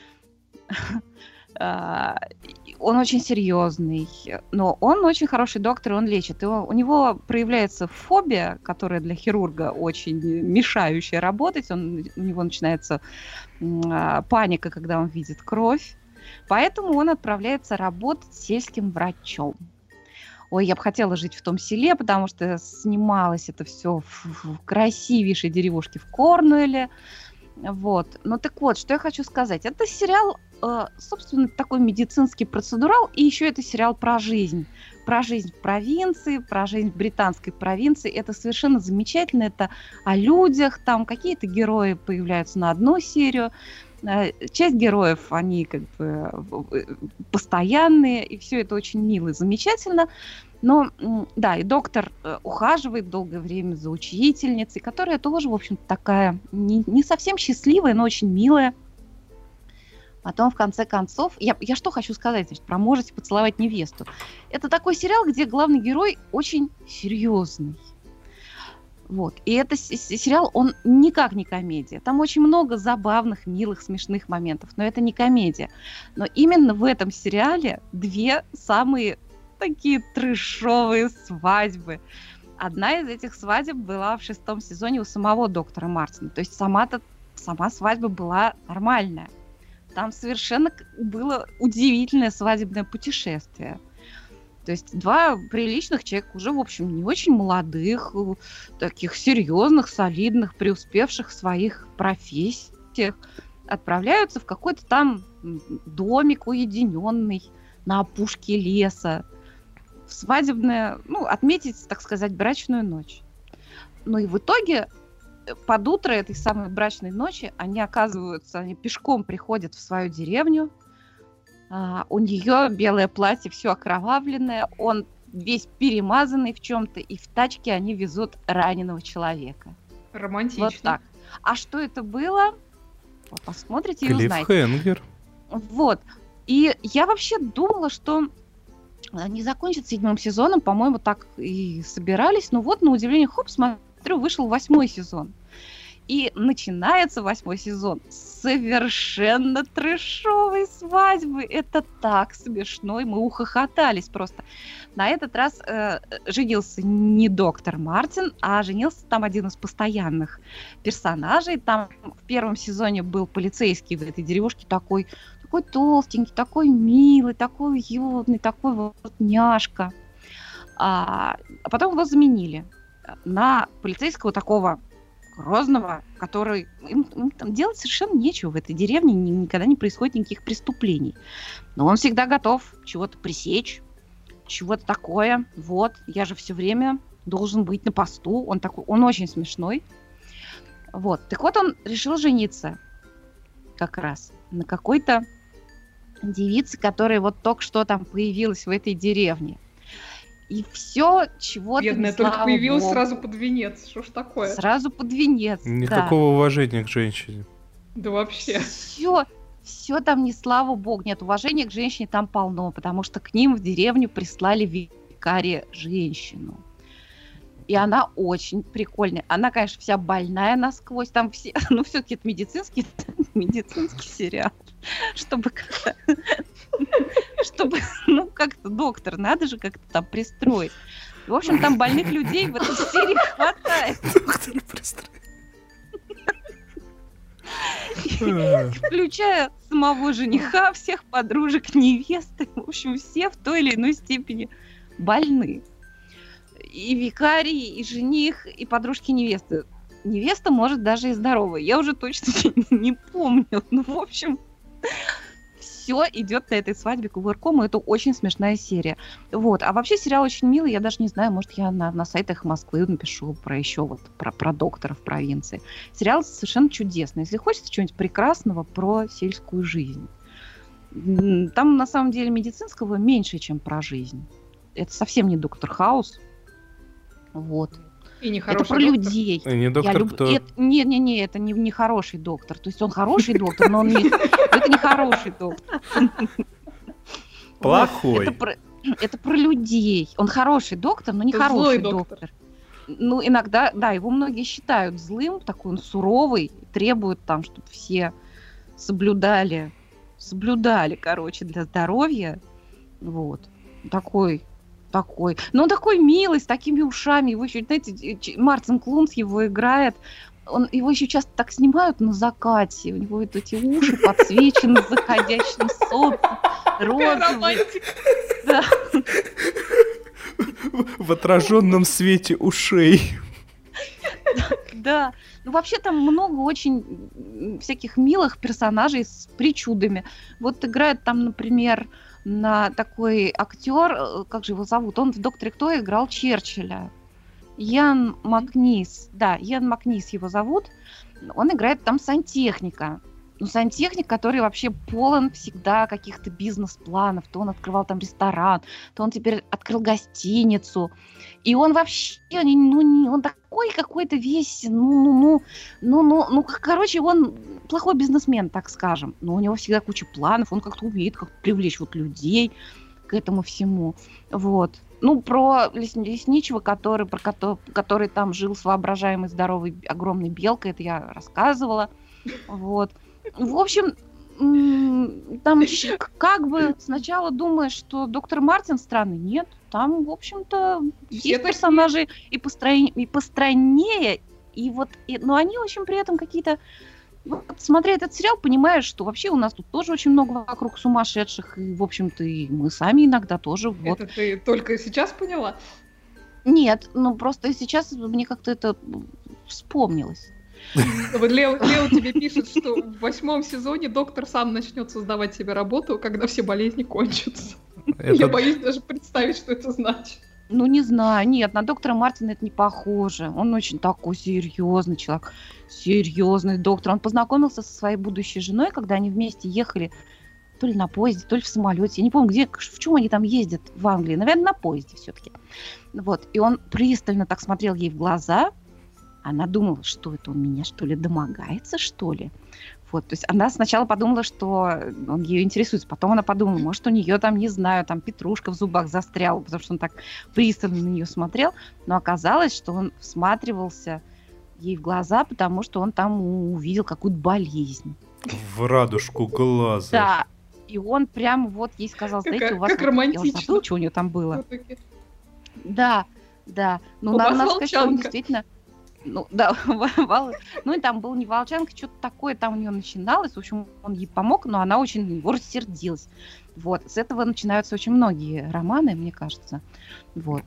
А, и Он очень серьезный, но он очень хороший доктор, и он лечит. И он- у него проявляется фобия, которая для хирурга очень мешающая работать. Он, у него начинается м, а, паника, когда он видит кровь. Поэтому он отправляется работать сельским врачом. Ой, я бы хотела жить в том селе, потому что снималось это все в, в красивейшей деревушке в Корнуэле. Вот. Ну так вот, что я хочу сказать. Это сериал, э, собственно, такой медицинский процедурал, и еще это сериал про жизнь. Про жизнь в провинции, про жизнь в британской провинции. Это совершенно замечательно. Это о людях, там какие-то герои появляются на одну серию, Часть героев, они как бы постоянные, и все это очень мило и замечательно. Но, да, и доктор ухаживает долгое время за учительницей, которая тоже, в общем-то, такая не, не совсем счастливая, но очень милая. Потом, в конце концов, я, я что хочу сказать, значит, про «Можете поцеловать невесту». Это такой сериал, где главный герой очень серьезный. Вот. И этот сериал, он никак не комедия. Там очень много забавных, милых, смешных моментов, но это не комедия. Но именно в этом сериале две самые такие трэшовые свадьбы. Одна из этих свадеб была в шестом сезоне у самого доктора Мартина. То есть сама-то, сама свадьба была нормальная. Там совершенно было удивительное свадебное путешествие. То есть два приличных человека, уже, в общем, не очень молодых, таких серьезных, солидных, преуспевших в своих профессиях, отправляются в какой-то там домик уединенный на опушке леса, в свадебное, ну, отметить, так сказать, брачную ночь. Ну и в итоге под утро этой самой брачной ночи они оказываются, они пешком приходят в свою деревню. Uh, у нее белое платье, все окровавленное, он весь перемазанный в чем-то, и в тачке они везут раненого человека. Романтично. Вот так. А что это было? Посмотрите и узнаете. Клиффхенгер. Вот. И я вообще думала, что не закончится седьмым сезоном, по-моему, так и собирались. Но вот, на удивление, хоп, смотрю, вышел восьмой сезон. И начинается восьмой сезон с совершенно трэшовой свадьбы. Это так смешно, и мы ухохотались просто. На этот раз э, женился не доктор Мартин, а женился там один из постоянных персонажей. Там в первом сезоне был полицейский в этой деревушке, такой, такой толстенький, такой милый, такой уютный, такой вот няшка. А, а потом его заменили на полицейского такого Грозного, который... Им, им там делать совершенно нечего в этой деревне, ни, никогда не происходит никаких преступлений. Но он всегда готов чего-то пресечь, чего-то такое. Вот, я же все время должен быть на посту. Он такой, он очень смешной. Вот, так вот он решил жениться как раз на какой-то девице, которая вот только что там появилась в этой деревне. И все чего-то... Бедная, не, только появилась Богу. Сразу под венец. Что ж такое? Сразу под венец, Никакого да. уважения к женщине. Да вообще. Все, все там не слава богу. Нет, уважения к женщине там полно, потому что к ним в деревню прислали викария женщину. И она очень прикольная. Она, конечно, вся больная насквозь. Там все... Ну, все-таки это медицинский, медицинский сериал. Чтобы как-то... Чтобы, ну, как-то доктор, надо же как-то там пристроить. В общем, там больных людей в этой серии хватает. Доктор пристроить. Включая самого жениха, всех подружек невесты. В общем, все в той или иной степени больны. И викарий, и жених, и подружки невесты. Невеста, может, даже и здоровая. Я уже точно не помню. Ну, в общем... Все идет на этой свадьбе кувырком, и это очень смешная серия. Вот. А вообще сериал очень милый, я даже не знаю, может, я на, на сайтах Москвы напишу про еще вот про, про доктора в провинции. Сериал совершенно чудесный. Если хочется чего-нибудь прекрасного про сельскую жизнь. Там, на самом деле, медицинского меньше, чем про жизнь. Это совсем не доктор Хаус. Вот. И не это про доктор. людей. И не доктор, люб... кто? Это... Не, не, не, это не, не хороший доктор. То есть он хороший доктор, но он не... это не хороший доктор. Плохой. Это про... это про людей. Он хороший доктор, но не Это хороший злой доктор. доктор. Ну, иногда, да, его многие считают злым, такой он суровый, требует там, чтобы все соблюдали, соблюдали, короче, для здоровья. Вот. Такой... такой. Но он такой милый, с такими ушами. Его еще, знаете, Мартин Клунс его играет. Он, его еще часто так снимают на закате. У него вот эти уши подсвечены заходящим солнцем. Розовые. Да. В отраженном свете ушей. Да. Ну, вообще там много очень всяких милых персонажей с причудами. Вот играет там, например, на такой актер, как же его зовут, он в «Докторе Кто» играл Черчилля. Ян Макнис, да, Ян Макнис его зовут. Он играет там сантехника. Ну, сантехник, который вообще полон всегда каких-то бизнес-планов. То он открывал там ресторан, то он теперь открыл гостиницу. И он вообще, ну, не, он такой какой-то весь, ну, ну, ну, ну, ну, ну, короче, он плохой бизнесмен, так скажем. Но у него всегда куча планов, он как-то умеет как-то привлечь вот людей к этому всему. Вот. Ну, про лес, лесничего, который, про который, который там жил с воображаемой здоровой огромной белкой, это я рассказывала. Вот. В общем, там как бы сначала думаешь, что доктор Мартин странный. Нет, там, в общем-то, есть Это персонажи и, построен... и постраннее, и вот, и... но они очень при этом какие-то... Вот, смотря этот сериал, понимаешь, что вообще у нас тут тоже очень много вокруг сумасшедших, и, в общем-то, и мы сами иногда тоже. Вот. Это ты только сейчас поняла? Нет, ну просто сейчас мне как-то это вспомнилось. Вот Лео, Лео тебе пишет, что в восьмом сезоне доктор сам начнет создавать себе работу, когда все болезни кончатся. Это... Я боюсь даже представить, что это значит. Ну, не знаю, нет, на доктора Мартина это не похоже. Он очень такой серьезный человек, серьезный доктор. Он познакомился со своей будущей женой, когда они вместе ехали то ли на поезде, то ли в самолете. Я не помню, где, в чем они там ездят в Англии. Наверное, на поезде все-таки. Вот. И он пристально так смотрел ей в глаза. Она думала, что это он меня, что ли, домогается, что ли? Вот, то есть она сначала подумала, что он ее интересуется, потом она подумала, может, у нее там, не знаю, там петрушка в зубах застряла, потому что он так пристально на нее смотрел, но оказалось, что он всматривался ей в глаза, потому что он там увидел какую-то болезнь. В радужку глаза. Да, и он прям вот ей сказал, знаете, как, у вас... Как вот, романтично. Я уже забыла, что у нее там было. Все-таки. Да, да. Ну, У надо, вас надо сказать, что он волчанка. действительно... Ну, да, вал... ну и там был не волчанка, что-то такое там у нее начиналось. В общем, он ей помог, но она очень на него рассердилась. Вот. С этого начинаются очень многие романы, мне кажется. Вот.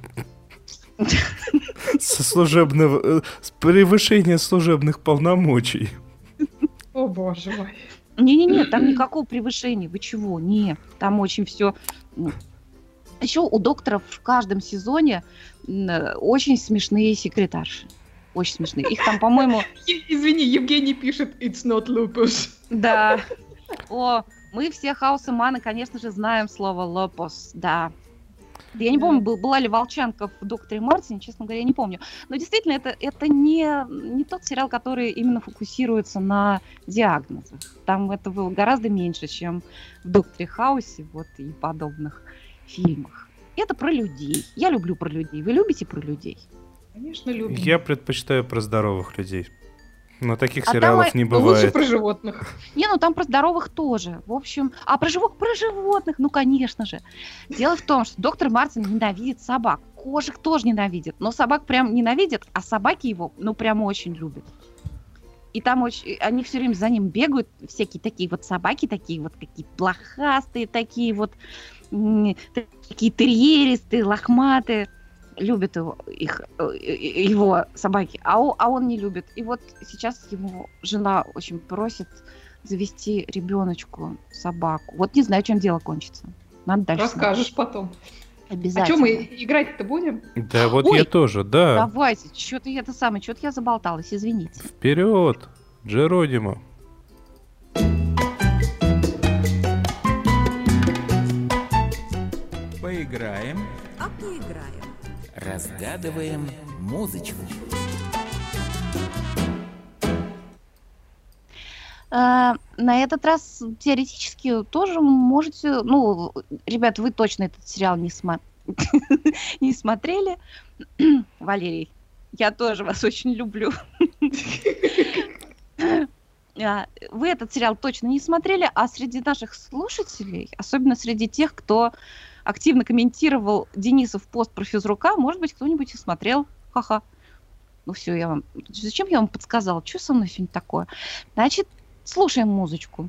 Со служебного... С превышения служебных полномочий. О, боже мой. Не-не-не, там никакого превышения. Вы чего? Нет, там очень все... Еще у докторов в каждом сезоне очень смешные секретарши. Очень смешные. Их там, по-моему... Извини, Евгений пишет «It's not lupus». Да. О, мы все Хаус и Маны, конечно же, знаем слово «лопус», да. Я не помню, был, была ли волчанка в «Докторе Мартине», честно говоря, я не помню. Но действительно, это, это не, не тот сериал, который именно фокусируется на диагнозах. Там этого гораздо меньше, чем в «Докторе Хаусе» вот, и подобных фильмах. Это про людей. Я люблю про людей. Вы любите про людей? Конечно, любим. Я предпочитаю про здоровых людей. Но таких А сериалов там не Но лучше бывает. про животных. Не, ну там про здоровых тоже. В общем, а про, живо... про животных, ну, конечно же. Дело в том, что доктор Мартин ненавидит собак. Кошек тоже ненавидит. Но собак прям ненавидит, а собаки его, ну, прям очень любят. И там очень... они все время за ним бегают. Всякие такие вот собаки, такие вот какие блохастые, такие вот м- такие терьеристые, лохматые. Любят его, их, его собаки, а он, а он не любит. И вот сейчас его жена очень просит завести ребеночку собаку. Вот не знаю, чем дело кончится. Надо дальше Расскажешь смотреть. потом. Обязательно. А что мы играть-то будем? Да, вот Ой, я тоже, да. Давайте, что-то я это самое, что-то я заболталась, извините. Вперед, Джеронимо. Поиграем, А поиграем. разгадываем музычку. А, на этот раз теоретически тоже можете... Ну, ребят, вы точно этот сериал не, смо... не смотрели. Валерий, я тоже вас очень люблю. Вы этот сериал точно не смотрели, а среди наших слушателей, особенно среди тех, кто активно комментировал Денисов пост про физрука, может быть, кто-нибудь и смотрел. Ха-ха. Ну все, я вам... Зачем я вам подсказала? Что со мной сегодня такое? Значит, слушаем музычку.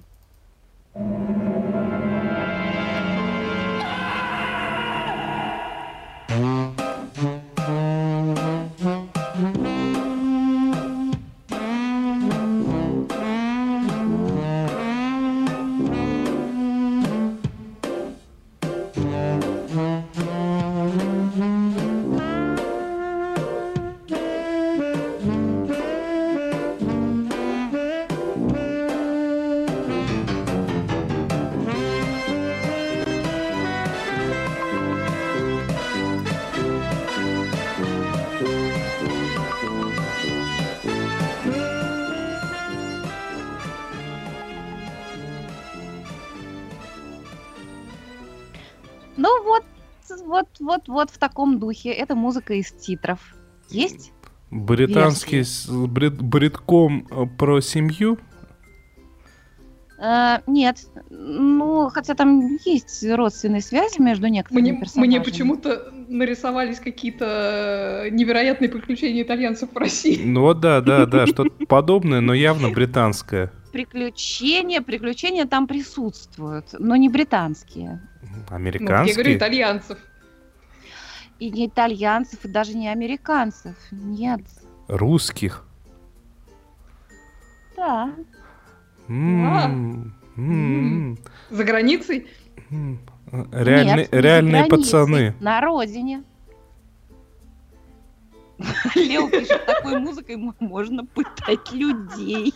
Ну вот, вот, вот, вот в таком духе. Это музыка из титров. Есть? Британский Версии. с брит- бритком э, про семью? Э, нет. Ну, хотя там есть родственные связи между некоторыми Мне, персонажами. мне почему-то нарисовались какие-то невероятные приключения итальянцев в России. Ну вот да, да, да, что-то подобное, но явно британское. Приключения, приключения там присутствуют, но не британские. Ну, я говорю, Американские? итальянцев. И не итальянцев, и даже не американцев. Нет. Русских? Да. М, м, За границей? м. Реальные, Нет, не за реальные границей, пацаны. на родине. Лео пишет, такой музыкой м- можно пытать людей.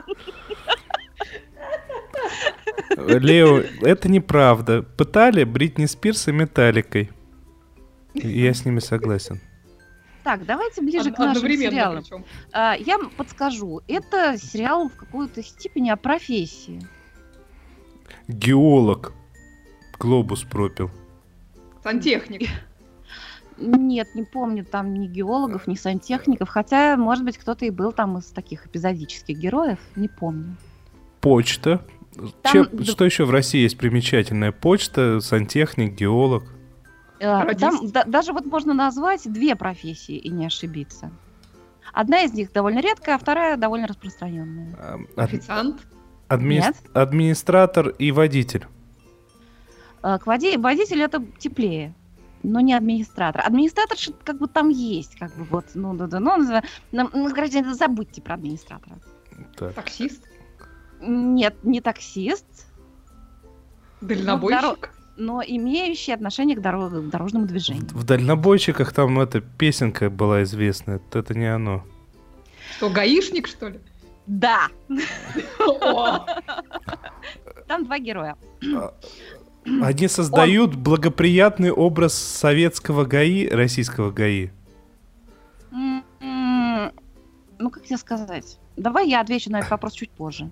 Лео, это неправда. Пытали Бритни Спирс и Металликой. Я с ними согласен. Так, давайте ближе Од- к нашим Одновременно сериалам. причем. А, я подскажу. Это сериал в какой-то степени о профессии. Геолог. Глобус пропил. Сантехник. Нет, не помню там ни геологов, ни сантехников. Хотя, может быть, кто-то и был там из таких эпизодических героев. Не помню. Почта. Там Чем- д- Что еще в России есть примечательное? Почта, сантехник, геолог. Э, Радист. Там да- даже вот можно назвать две профессии и не ошибиться. Одна из них довольно редкая, а вторая довольно распространенная. А, ад- Официант. админи- Нет. Администратор и водитель. Э, К воде водитель это теплее, но не администратор. Администратор ш- как бы там есть, как бы вот, ну да, да, ну, за- ну, ну, короче, забудьте про администратора. Так. Таксист. Нет, не таксист, Дальнобойщик. но имеющий отношение к доро- к дорожному движению. В дальнобойщиках там эта песенка была известная. Это не оно. Что, гаишник, что ли? Да, О, там два героя. Они создают благоприятный образ советского ГАИ, российского ГАИ. М, м, Ну, как тебе сказать? Давай я отвечу на этот вопрос чуть позже.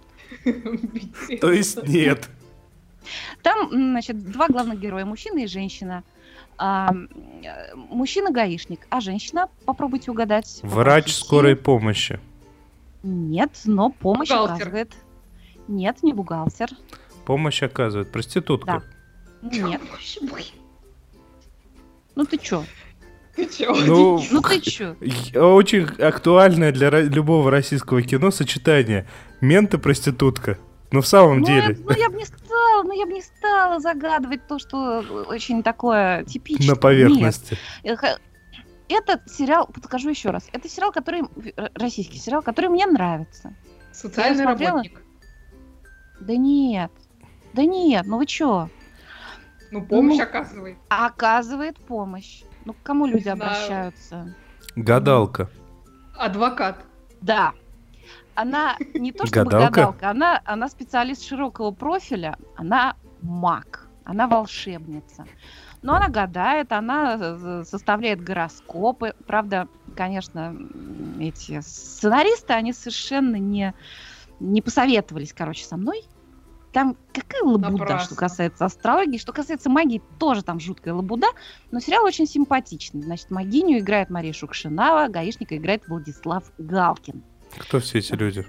То есть нет. Там, м, значит, два главных героя, мужчина и женщина. А, м, э, мужчина гаишник, а женщина, попробуйте угадать. по Врач профессии. скорой помощи. Нет, но помощь Бухгалтер. оказывает. Нет, не бухгалтер. Помощь оказывает. Проститутка. Нет. Боже мой. Ну ты чё? Ты чё? Ну, Ну ты чё? и- очень актуальное для ро- любого российского кино сочетание мент и проститутка. Но в самом Ну, деле, это- ну я бы не стала, ну я бы не стала загадывать то, что очень такое типичное. на поверхности. Нет. Эх, Этот сериал, подскажу еще раз, это сериал, который, э, российский сериал, который мне нравится. Социальный Я смотрела. работник. Да нет, да нет, ну вы чё? Ну, помощь Ну, оказывает. Оказывает помощь. Ну, к кому люди Не знаю. обращаются? Гадалка. Адвокат. Да. Она не то чтобы Гадалка? гадалка, она, она специалист широкого профиля, она маг, она волшебница. Но она гадает, она э, составляет гороскопы. Правда, конечно, м, эти сценаристы, они совершенно не, не посоветовались, короче, со мной. Там какая лабуда, Напрасно. что касается астрологии. Что касается магии, тоже там жуткая лабуда. Но сериал очень симпатичный. Значит, магиню играет Мария Шукшинава, гаишника играет Владислав Галкин. Кто все эти люди?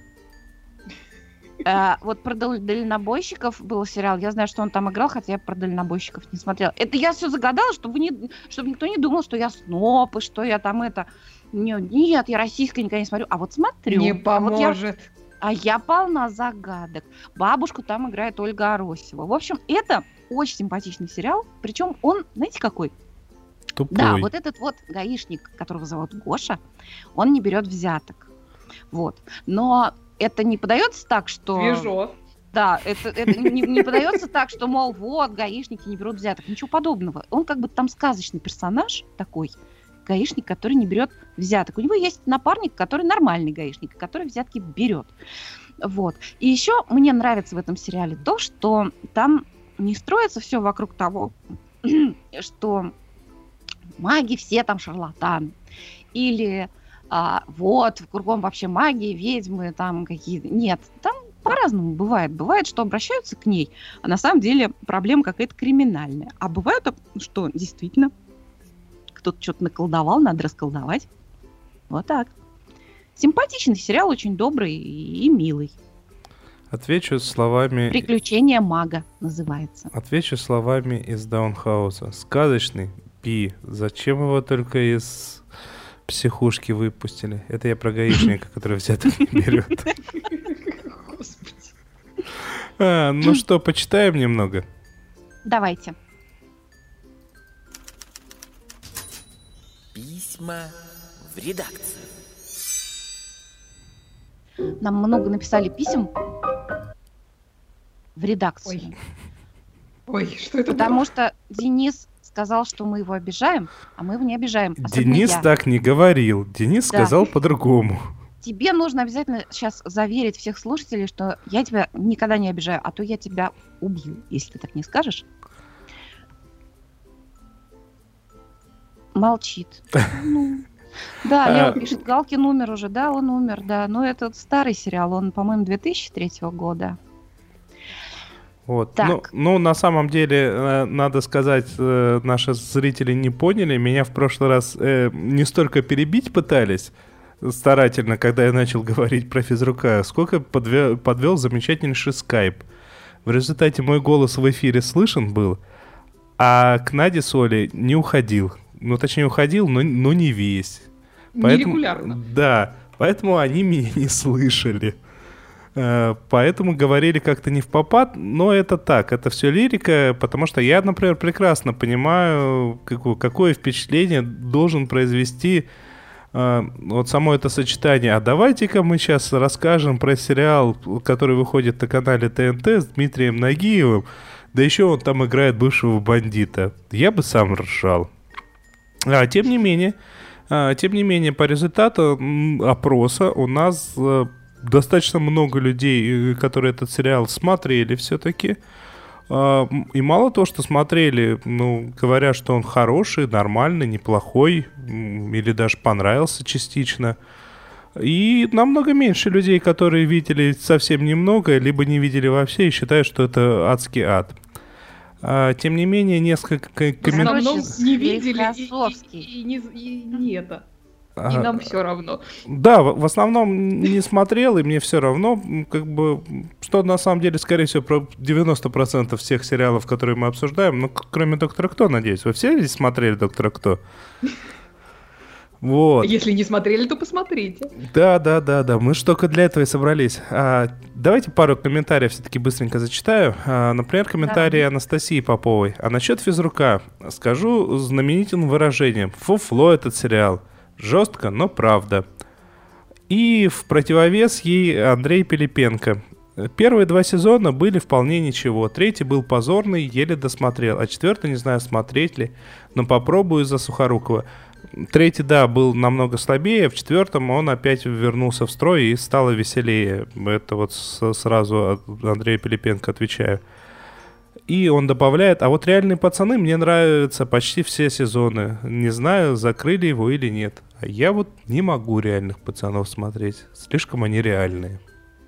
Э, вот про дал- дальнобойщиков был сериал. Я знаю, что он там играл, хотя я про дальнобойщиков не смотрела. Это я все загадала, чтобы, вы не, чтобы никто не думал, что я сноб, и что я там это... Не- Нет, я российская никогда не смотрю. А вот смотрю. Не А вот я- поможет. А я полна загадок. Бабушку там играет Ольга Аросева. В общем, это очень симпатичный сериал. Причем он, знаете, какой? Тупой. Да, вот этот вот гаишник, которого зовут Гоша, он не берет взяток. Вот. Но это не подается так, что... Свежо. Да, это, это не, не подается так, что, мол, вот, гаишники не берут взяток. Ничего подобного. Он как бы там сказочный персонаж такой, гаишник, который не берет взяток. У него есть напарник, который нормальный гаишник, который взятки берет. Вот. И еще мне нравится в этом сериале то, что там не строится все вокруг того, что маги все там шарлатаны. Или а, вот, кругом вообще магии, ведьмы там какие-то. Нет, там по-разному бывает. Бывает, что обращаются к ней, а на самом деле проблема какая-то криминальная. А бывает, что действительно кто-то что-то наколдовал, надо расколдовать. Вот так. Симпатичный сериал, очень добрый и милый. Отвечу словами... «Приключения мага» называется. Отвечу словами из Даунхауса. Сказочный Пи. Зачем его только из психушки выпустили? Это я про гаишника, который взяток не берет. Господи. А, ну что, почитаем немного? Давайте. Письма в редакцию. Нам много написали писем в редакцию. Ой, Ой что это Потому было? что Денис сказал, что мы его обижаем, а мы его не обижаем. Особенно Денис я. так не говорил. Денис Да. сказал по-другому. Тебе нужно обязательно сейчас заверить всех слушателей, что я тебя никогда не обижаю, а то я тебя убью, если ты так не скажешь. Молчит. Ну, да, А. Лео пишет, Галкин умер уже, да, он умер, да. Но это старый сериал, он, по-моему, две тысячи третьего года. Вот. Так. Ну, ну, на самом деле, э, надо сказать, э, наши зрители не поняли. Меня в прошлый раз э, не столько перебить пытались старательно, когда я начал говорить про физрука, сколько подвел, подвел замечательнейший скайп. В результате мой голос в эфире слышен был, а к Наде с Олей не уходил. Ну, точнее, уходил, но, но не весь. Нерегулярно. Да, поэтому они меня не слышали. Э, Поэтому говорили как-то не впопад, но это так, это все лирика, потому что я, например, прекрасно понимаю, какое, какое впечатление должен произвести э, вот само это сочетание. А давайте-ка мы сейчас расскажем про сериал, который выходит на канале ТНТ с Дмитрием Нагиевым, да еще он там играет бывшего бандита. Я бы сам ржал. А, тем не менее, а, тем не менее, по результату м, опроса у нас э, достаточно много людей, э, которые этот сериал смотрели все-таки. А, м, и мало того, что смотрели, ну, говорят, что он хороший, нормальный, неплохой, м, или даже понравился частично. И намного меньше людей, которые видели совсем немного, либо не видели вообще и считают, что это адский ад. А, тем не менее, несколько ко- В комментариев... основном Короче, не видели и, Склифосовский. и- и не, и не это. И Ага. нам все равно. Да, в, в основном не смотрел, и мне все равно, м, как бы, что на самом деле, скорее всего, про девяносто процентов всех сериалов, которые мы обсуждаем, ну, к- кроме «Доктора Кто», надеюсь. Вы все здесь смотрели «Доктора Кто»? Вот. Если не смотрели, то посмотрите. Да, да, да, да. Мы же только для этого и собрались. А, давайте пару комментариев все-таки быстренько зачитаю. А, например, комментарий Анастасии Поповой. А насчет физрука скажу знаменитым выражением: фуфло этот сериал. Жестко, но правда. И в противовес ей Андрей Пилипенко. Первые два сезона были вполне ничего. Третий был позорный, еле досмотрел. А четвертый, не знаю, смотреть ли, но попробую из-за Сухорукова. Третий, да, был намного слабее, в четвертом он опять вернулся в строй и стало веселее. Это вот с- сразу от Андрея Пилипенко отвечаю. И он добавляет: а вот «Реальные пацаны» мне нравятся почти все сезоны. Не знаю, закрыли его или нет. А я вот не могу «Реальных пацанов» смотреть. Слишком они реальные.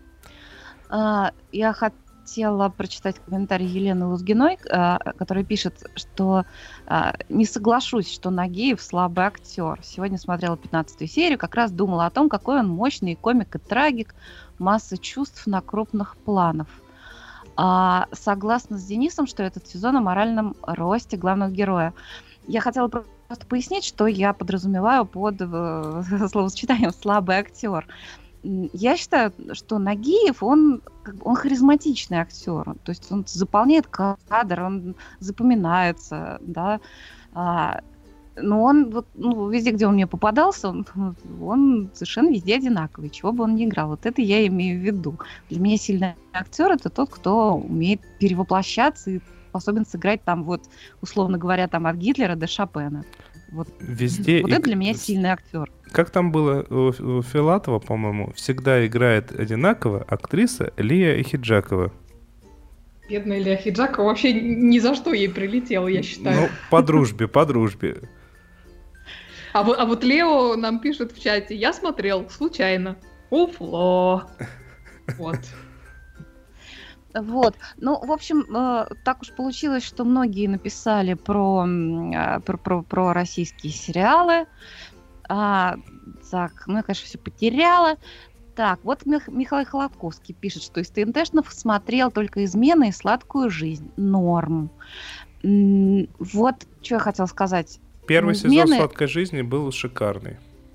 А, Я хотела прочитать комментарий Елены Лузгиной, а, которая пишет, что а, не соглашусь, что Нагиев слабый актер. Сегодня смотрела пятнадцатую серию, как раз думала о том, какой он мощный комик и трагик, масса чувств на крупных планах. А, Согласна с Денисом, что этот сезон о моральном росте главного героя. Я хотела про- просто пояснить, что я подразумеваю под э, словосочетанием «слабый актер». М, Я считаю, что Нагиев, он, как бы, он харизматичный актер. То есть он заполняет кадр, он запоминается, да. А, но он вот, ну, везде, где он мне попадался, он, он совершенно везде одинаковый, чего бы он ни играл. Вот это я имею в виду. Для меня сильный актер — это тот, кто умеет перевоплощаться и способен сыграть там, вот, условно говоря, там от Гитлера до Шопена. Вот, Везде... вот и- это для меня сильный актер. Как там было у у Филатова, по-моему, всегда играет одинаково актриса Лия Эхиджакова. Бедная Илья Хиджакова вообще ни за что ей прилетела, я считаю. Ну, по дружбе, по дружбе. А, вот, а вот Лео нам пишет в чате: я смотрел случайно. Уфло. Вот. Вот. Ну, в общем, э, так уж получилось, что многие написали про, э, про, про, про российские сериалы. А, так, ну, я, конечно, все потеряла. Так, вот Мих- Михаил Холодковский пишет, что из ТНТшных смотрел только «Измены» и «Сладкую жизнь». Норм. М, Вот, что я хотела сказать. Первый сезон «Измены», «Сладкой жизни» был шикарный.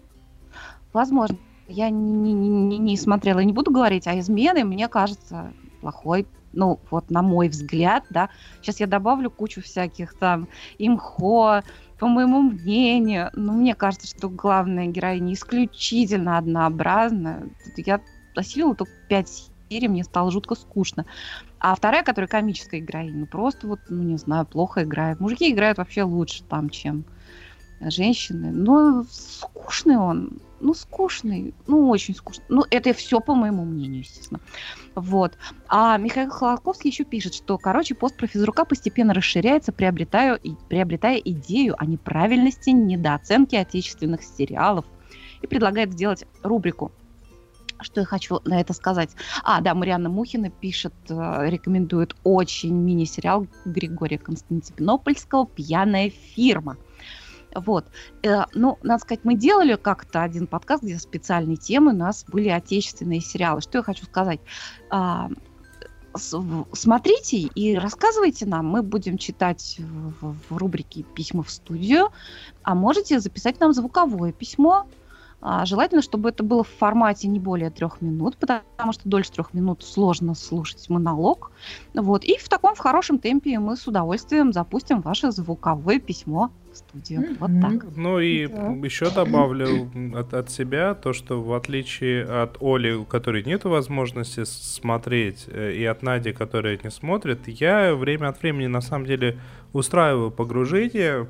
возможно, я не, не, не, не смотрела и не буду говорить, а «Измены», мне кажется, плохой. Ну, вот на мой взгляд, да. Сейчас я добавлю кучу всяких там имхо, по моему мнению. Но мне кажется, что главная героиня исключительно однообразна. Тут я осилила только пять серий, мне стало жутко скучно. А вторая, которая комическая героиня, ну просто вот, ну не знаю, плохо играет. Мужики играют вообще лучше там, чем женщины. Но скучный он. Ну, скучный. Ну, очень скучный. Ну, это все по моему мнению, естественно. Вот. А Михаил Холодковский еще пишет, что, короче, пост про физрука постепенно расширяется, приобретая, приобретая идею о неправильности, недооценке отечественных сериалов. И предлагает сделать рубрику. Что я хочу на это сказать? А, да, Марианна Мухина пишет, э, рекомендует очень мини-сериал Григория Константинопольского «Пьяная фирма». Вот. Э, ну, надо сказать, мы делали как-то один подкаст, где специальной темы у нас были отечественные сериалы. Что я хочу сказать? А, с, смотрите и рассказывайте нам. Мы будем читать в, в, в рубрике «Письма в студию», а можете записать нам звуковое письмо. А, желательно, чтобы это было в формате не более трех минут, потому что дольше трех минут сложно слушать монолог. Вот. И в таком в хорошем темпе мы с удовольствием запустим ваше звуковое письмо в студию. Mm-hmm. Вот так. Ну и да. Еще добавлю от, от себя то, что в отличие от Оли, у которой нет возможности смотреть, и от Нади, которая не смотрит, я время от времени на самом деле устраиваю погружение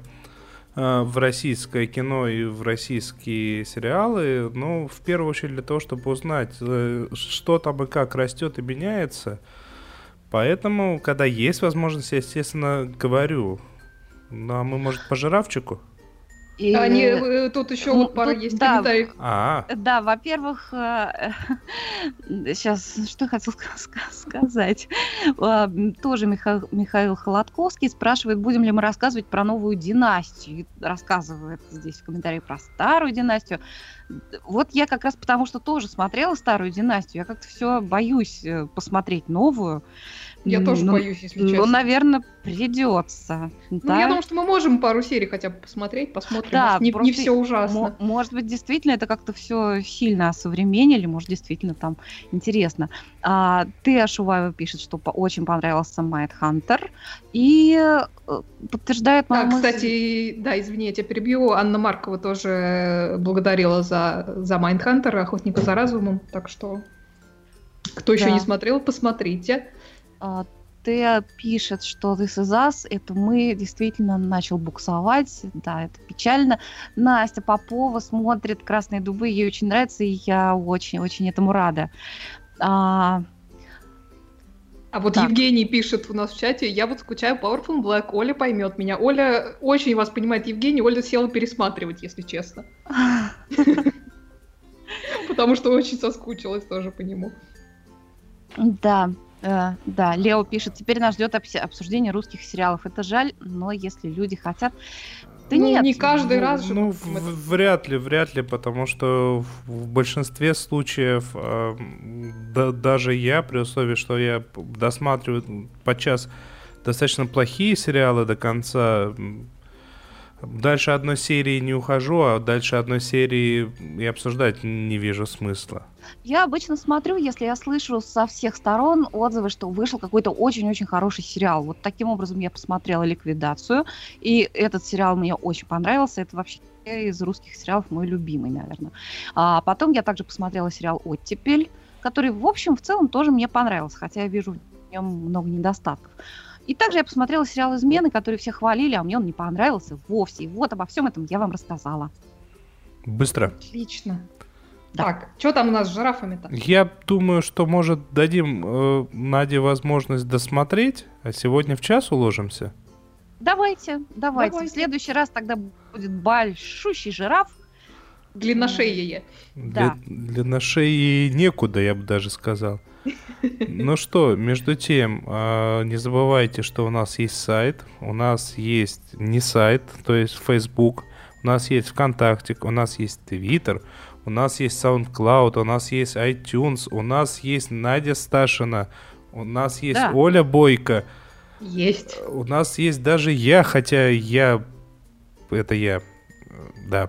в российское кино и в российские сериалы, ну, в первую очередь для того, чтобы узнать, что там и как растет и меняется. Поэтому, когда есть возможность, я, естественно, говорю. Ну, а мы, может, по жирафчику? И... А, не, тут еще ну, вот пара тут, есть да, комментариев. А. Да, во-первых, сейчас, что я хотела сказать. Тоже Михаил, Михаил Холодковский спрашивает, будем ли мы рассказывать про новую династию. Рассказывает здесь в комментарии про старую династию. Вот я как раз потому, что тоже смотрела старую династию, я как-то все боюсь посмотреть новую. Я ну, тоже боюсь, если честно. Ну, наверное, придется. Ну, да? я думаю, что мы можем пару серий хотя бы посмотреть, посмотрим. Да, не, не все ужасно. М- может быть, действительно, это как-то все сильно осовременили, может, действительно там интересно. А, ты, Ашуваева, пишет, что по- очень понравился Майндхантер. И э, подтверждает мою мысль. Кстати, да, извини, я тебя перебью. Анна Маркова тоже благодарила за, за Майндхантера, Охотника за разумом. Так что, кто еще да. не смотрел, посмотрите. Ты пишет, что This Is Us, это мы действительно начал буксовать, да, это печально. Настя Попова смотрит «Красные дубы», ей очень нравится, и я очень-очень этому рада. А, а вот так. Евгений пишет у нас в чате, я вот скучаю по Orphan Black, Оля поймет меня. Оля очень вас понимает, Евгений, Оля села пересматривать, если честно. Потому что очень соскучилась тоже по нему. Да. Uh, да, Лео пишет, теперь нас ждет обсуждение русских сериалов. Это жаль, но если люди хотят... Да ну, нет. не каждый ну, раз же. Ну, в- вряд ли, вряд ли, потому что в большинстве случаев э, да, даже я, при условии, что я досматриваю подчас достаточно плохие сериалы до конца, дальше одной серии не ухожу, а дальше одной серии и обсуждать не вижу смысла. Я обычно смотрю, если я слышу со всех сторон отзывы, что вышел какой-то очень-очень хороший сериал. Вот таким образом я посмотрела «Ликвидацию», и этот сериал мне очень понравился. Это вообще из русских сериалов мой любимый, наверное. А потом я также посмотрела сериал «Оттепель», который, в общем, в целом тоже мне понравился, хотя я вижу в нем много недостатков. И также я посмотрела сериал «Измены», который все хвалили, а мне он не понравился вовсе. И вот обо всем этом я вам рассказала. Быстро. Отлично. Да. Так, что там у нас с жирафами-то? Я думаю, что, может, дадим э, Наде возможность досмотреть, а сегодня в час уложимся? Давайте, давайте. давайте. В следующий раз тогда будет большущий жираф. Длинношеее. Да. Для, длинношеее некуда, я бы даже сказал. Ну что, между тем, а, не забывайте, что у нас есть сайт, у нас есть не сайт, то есть Facebook, у нас есть ВКонтакте, у нас есть Twitter, у нас есть SoundCloud, у нас есть iTunes, у нас есть Надя Сташина, у нас есть Да. Оля Бойко, Есть. у нас есть даже я, хотя я... Это я, да.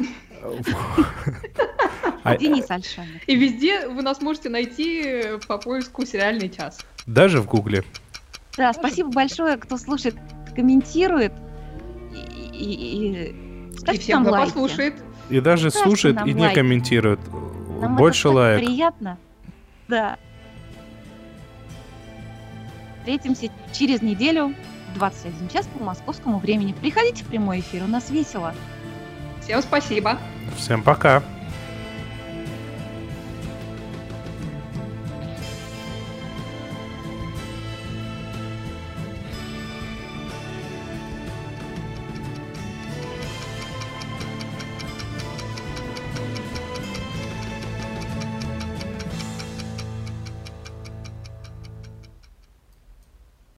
А- Денис Альшанин. И везде вы нас можете найти по поиску «Сериальный час». Даже в Гугле. Да, спасибо большое, кто слушает, комментирует. И, и- и И ставьте всем, нам кто лайки. И послушает. даже Ставьте слушает нам и не лайки. комментирует. Нам Больше это так лайк. приятно. Да. Встретимся через неделю в двадцать один час по московскому времени. Приходите в прямой эфир, у нас весело. Всем спасибо. Всем пока.